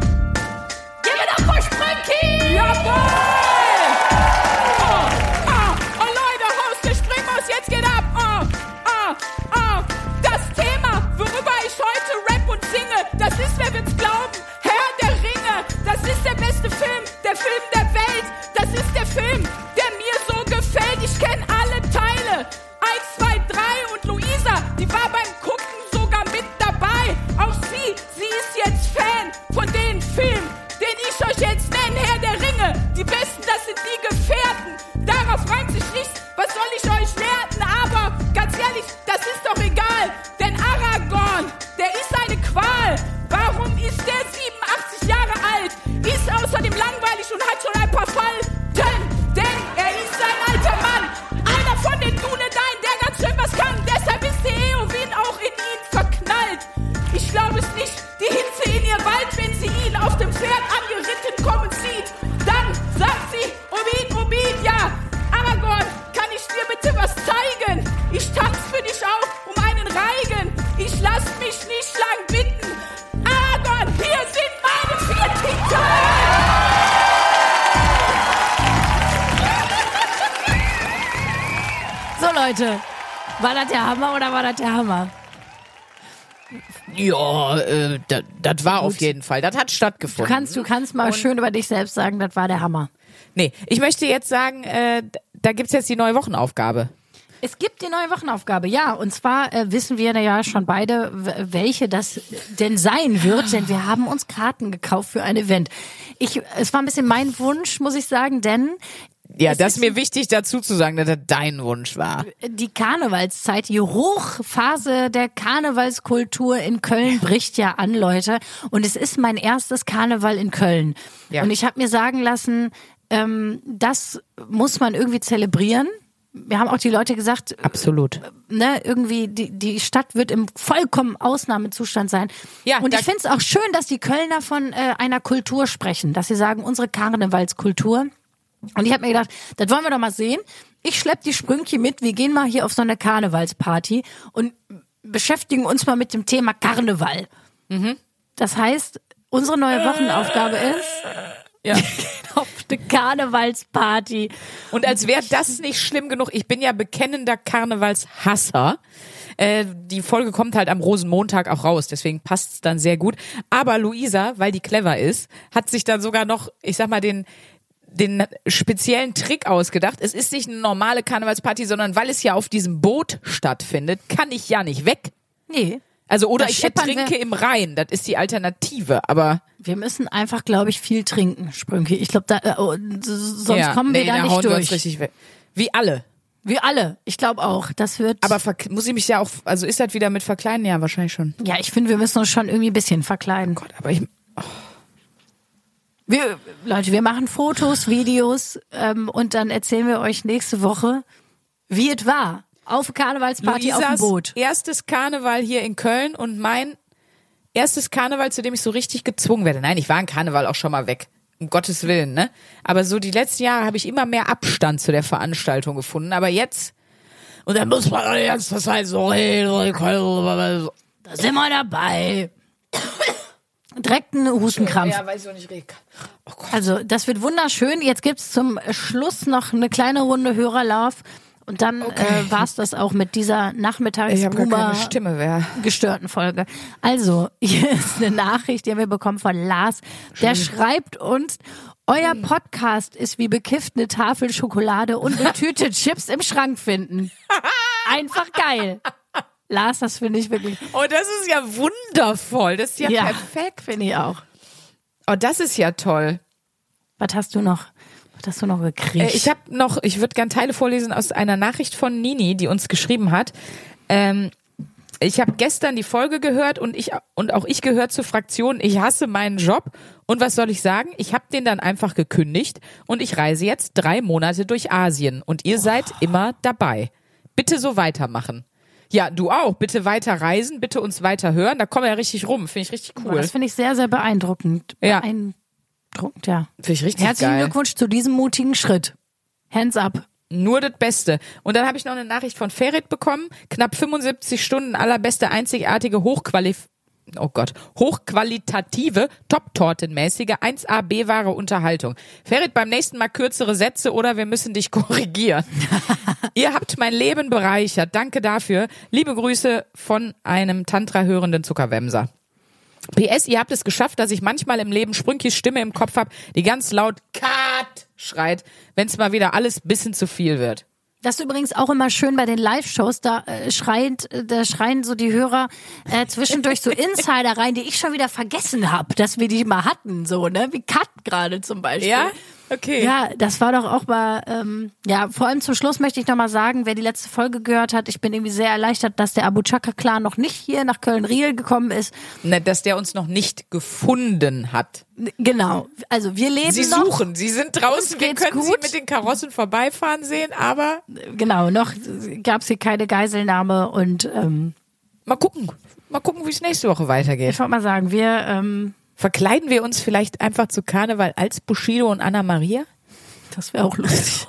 Give it up for Sprünki! Jawohl! Oh, oh, oh Leute, Haus des Springmaus, jetzt geht ab! Oh, oh, oh, das Thema, worüber ich heute rap und singe, das ist, wer wird's glauben, Herr der Ringe, das ist der beste Film, der Film der Welt, das ist der Film, der mir so gefällt, ich kenn alle Teile, eins, zwei, drei und Luisa, die war beim Gucken sogar mit dabei, auch sie, sie ist jetzt Fan von den Filmen, den ich euch jetzt nenne, Herr der Ringe. Die Besten, das sind die Gefährten. Darauf reimt sich nichts, was soll ich euch werten? Aber ganz ehrlich, das ist doch egal. Denn Aragorn, der ist eine Qual. Warum ist der siebenundachtzig Jahre alt? Ist außerdem langweilig und hat schon ein paar Falten. Denn er ist ein alter Mann. Einer von den Dunedain, der ganz schön was kann. Deshalb ist die Eowyn auch in ihn verknallt. Ich glaube es nicht, die Hitze in ihr Wald, wenn sie ihn auf dem Pferd angeritten kommen sieht. Dann sagt sie, Obid, Obid, ja, Aragorn, kann ich dir bitte was zeigen? Ich tanz für dich auch um einen Reigen. Ich lass mich nicht lang bitten. Aragorn, hier sind meine vier Titel. So, Leute, war das der Hammer oder war das der Hammer? Ja, äh, das, das war auf jeden Fall. Das hat Du stattgefunden. kannst, du kannst mal schön über dich selbst sagen, das war der Hammer. Nee, ich möchte jetzt sagen, äh, da gibt's jetzt die neue Wochenaufgabe. Es gibt die neue Wochenaufgabe, ja. Und zwar äh, wissen wir ja schon beide, w- welche das denn sein wird, denn wir haben uns Karten gekauft für ein Event. Ich, es war ein bisschen mein Wunsch, muss ich sagen, denn Ja, Es das ist ist- mir wichtig dazu zu sagen, dass das dein Wunsch war. die Karnevalszeit, die Hochphase der Karnevalskultur in Köln bricht ja an, Leute. Und es ist mein erstes Karneval in Köln. Ja. Und ich habe mir sagen lassen, ähm, das muss man irgendwie zelebrieren. Wir haben auch die Leute gesagt, Absolut. ne, irgendwie die, die Stadt wird im vollkommen Ausnahmezustand sein. Ja, und da- ich finde es auch schön, dass die Kölner von äh, einer Kultur sprechen, dass sie sagen, unsere Karnevalskultur. Und ich habe mir gedacht, das wollen wir doch mal sehen. Ich schlepp die Sprünki mit, wir gehen mal hier auf so eine Karnevalsparty und beschäftigen uns mal mit dem Thema Karneval. Mhm. Das heißt, unsere neue Wochenaufgabe ist Ja. auf eine Karnevalsparty. Und als wäre das nicht schlimm genug, ich bin ja bekennender Karnevalshasser. Äh, die Folge kommt halt am Rosenmontag auch raus, deswegen passt's dann sehr gut. Aber Luisa, weil die clever ist, hat sich dann sogar noch, ich sag mal, den den speziellen Trick ausgedacht. Es ist nicht eine normale Karnevalsparty, sondern weil es ja auf diesem Boot stattfindet, kann ich ja nicht weg. Nee. Also oder Da ich schippern ertrinke wir- im Rhein, das ist die Alternative, aber Wir müssen einfach, glaube ich, viel trinken, Sprünki. Ich glaube, da äh, oh, s- sonst ja, kommen wir nee, da da nicht hauen wir uns durch. richtig weg. Wie alle. Wir alle. Ich glaube auch. Das wird. Aber verk- muss ich mich ja auch, also ist das wieder mit verkleiden? Ja, wahrscheinlich schon. ja, ich finde, wir müssen uns schon irgendwie ein bisschen verkleiden. Gott, aber ich, Wir, Leute, wir machen Fotos, Videos ähm, und dann erzählen wir euch nächste Woche, wie es war. Auf Karnevalsparty auf dem Luisas Boot. erstes Karneval hier in Köln und mein erstes Karneval, zu dem ich so richtig gezwungen werde. Nein, ich war ein Karneval auch schon mal weg. Um Gottes Willen, ne? Aber so die letzten Jahre habe ich immer mehr Abstand zu der Veranstaltung gefunden. Aber jetzt, und dann muss man jetzt das halt so, hey, so. Da sind wir dabei. Direkt ein Hustenkrampf. Ja, weiß ich auch nicht, Rick. Oh Gott. Also, das wird wunderschön. Jetzt gibt's zum Schluss noch eine kleine Runde Hörerlauf. Und dann Okay. äh, war's das auch mit dieser Ich habe gar keine Nachmittags Stimme mehr. gestörten Folge. Also, hier ist eine Nachricht, die haben wir bekommen von Lars. Der schreibt uns, euer Podcast ist wie bekifft eine Tafel Schokolade und eine Tüte Chips im Schrank finden. Einfach geil. Lars, das finde ich wirklich. Oh, das ist ja wundervoll. Das ist ja, Ja, perfekt. finde ich auch. Oh, das ist ja toll. Was hast du noch? Was hast du noch gekriegt? Äh, ich habe noch, ich würde gern Teile vorlesen aus einer Nachricht von Nini, die uns geschrieben hat. Ähm, ich habe gestern die Folge gehört und ich und auch ich gehört zur Fraktion, ich hasse meinen Job. Und was soll ich sagen? Ich habe den dann einfach gekündigt und ich reise jetzt drei Monate durch Asien und ihr seid immer dabei. Bitte so weitermachen. Ja, du auch. Bitte weiter reisen, bitte uns weiter hören. Da kommen wir ja richtig rum. Finde ich richtig Boah, cool. das finde ich sehr, sehr beeindruckend. Ja. Beeindruckend, ja. Finde ich richtig Herzlichen geil. Glückwunsch zu diesem mutigen Schritt. Hands up. Nur das Beste. Und dann habe ich noch eine Nachricht von Ferit bekommen. Knapp fünfundsiebzig Stunden allerbeste, einzigartige, hochqualif oh Gott, hochqualitative, top-tortenmäßige eins A B-wahre Unterhaltung. Ferit, beim nächsten Mal kürzere Sätze oder wir müssen dich korrigieren. Ihr habt mein Leben bereichert. Danke dafür. Liebe Grüße von einem Tantra-hörenden Zuckerwämser. P S, ihr habt es geschafft, dass ich manchmal im Leben Sprünkis Stimme im Kopf habe, die ganz laut Cut schreit, wenn es mal wieder alles bisschen zu viel wird. Das ist übrigens auch immer schön bei den Live-Shows, da äh, schreit, äh, da schreien so die Hörer äh, zwischendurch so Insider rein, die ich schon wieder vergessen habe, dass wir die mal hatten, so, ne? Wie Cut gerade zum Beispiel. Ja? Okay. Ja, das war doch auch mal, ähm, ja, vor allem zum Schluss möchte ich noch mal sagen, wer die letzte Folge gehört hat, ich bin irgendwie sehr erleichtert, dass der Abu Chaka-Clan noch nicht hier nach Köln-Riel gekommen ist. Ne, dass der uns noch nicht gefunden hat. Genau, also wir leben Sie noch. suchen, sie sind draußen, Uns wir geht's können sie gut. mit den Karossen vorbeifahren sehen, aber Genau, noch gab es hier keine Geiselnahme und ähm, mal gucken, mal gucken, wie es nächste Woche weitergeht. ich wollte mal sagen, wir, ähm, Verkleiden wir uns vielleicht einfach zu Karneval als Bushido und Anna Maria? das wäre auch lustig.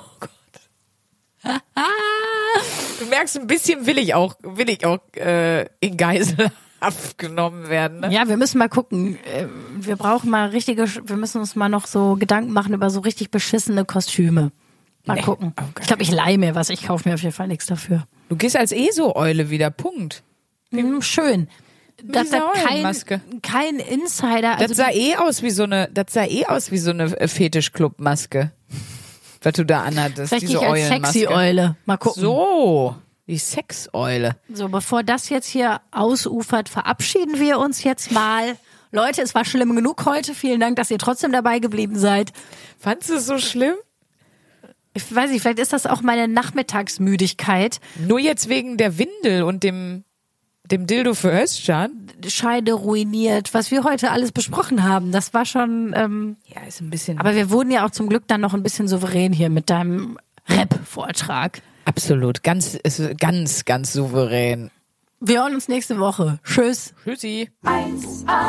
Du merkst, ein bisschen will ich auch, will ich auch äh, in Geiselhaft genommen werden. Ne? Ja, wir müssen mal gucken. Äh, Wir brauchen mal richtige, wir müssen uns mal noch so Gedanken machen über so richtig beschissene Kostüme. Mal Nee, gucken. auf gar Ich glaube, ich leihe mir was. Ich kaufe mir auf jeden Fall nichts dafür. Du gehst als ESO-Eule wieder, Punkt. Hm, schön. Dass da dieser kein, Eulenmaske. kein Insider, Das also sah eh aus wie so eine, das sah eh aus wie so eine äh, Fetischclub-Maske. Was du da anhattest, vielleicht diese gehe ich als Eulenmaske. Sexy-Eule. Mal gucken. So, die Sexeule. So, bevor das jetzt hier ausufert, verabschieden wir uns jetzt mal. Leute, es war schlimm genug heute. Vielen Dank, dass ihr trotzdem dabei geblieben seid. Fandst du es so schlimm? Ich weiß nicht, vielleicht ist das auch meine Nachmittagsmüdigkeit. Nur jetzt wegen der Windel und dem, dem Dildo für Özcan? Scheide ruiniert, was wir heute alles besprochen haben. Das war schon, ähm, Ja, ist ein bisschen. aber wir wurden ja auch zum Glück dann noch ein bisschen souverän hier mit deinem Rap-Vortrag. absolut, ganz, ist ganz, ganz souverän. Wir hören uns nächste Woche. Tschüss. Tschüssi. eins A,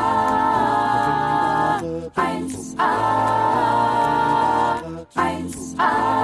eins A, eins A.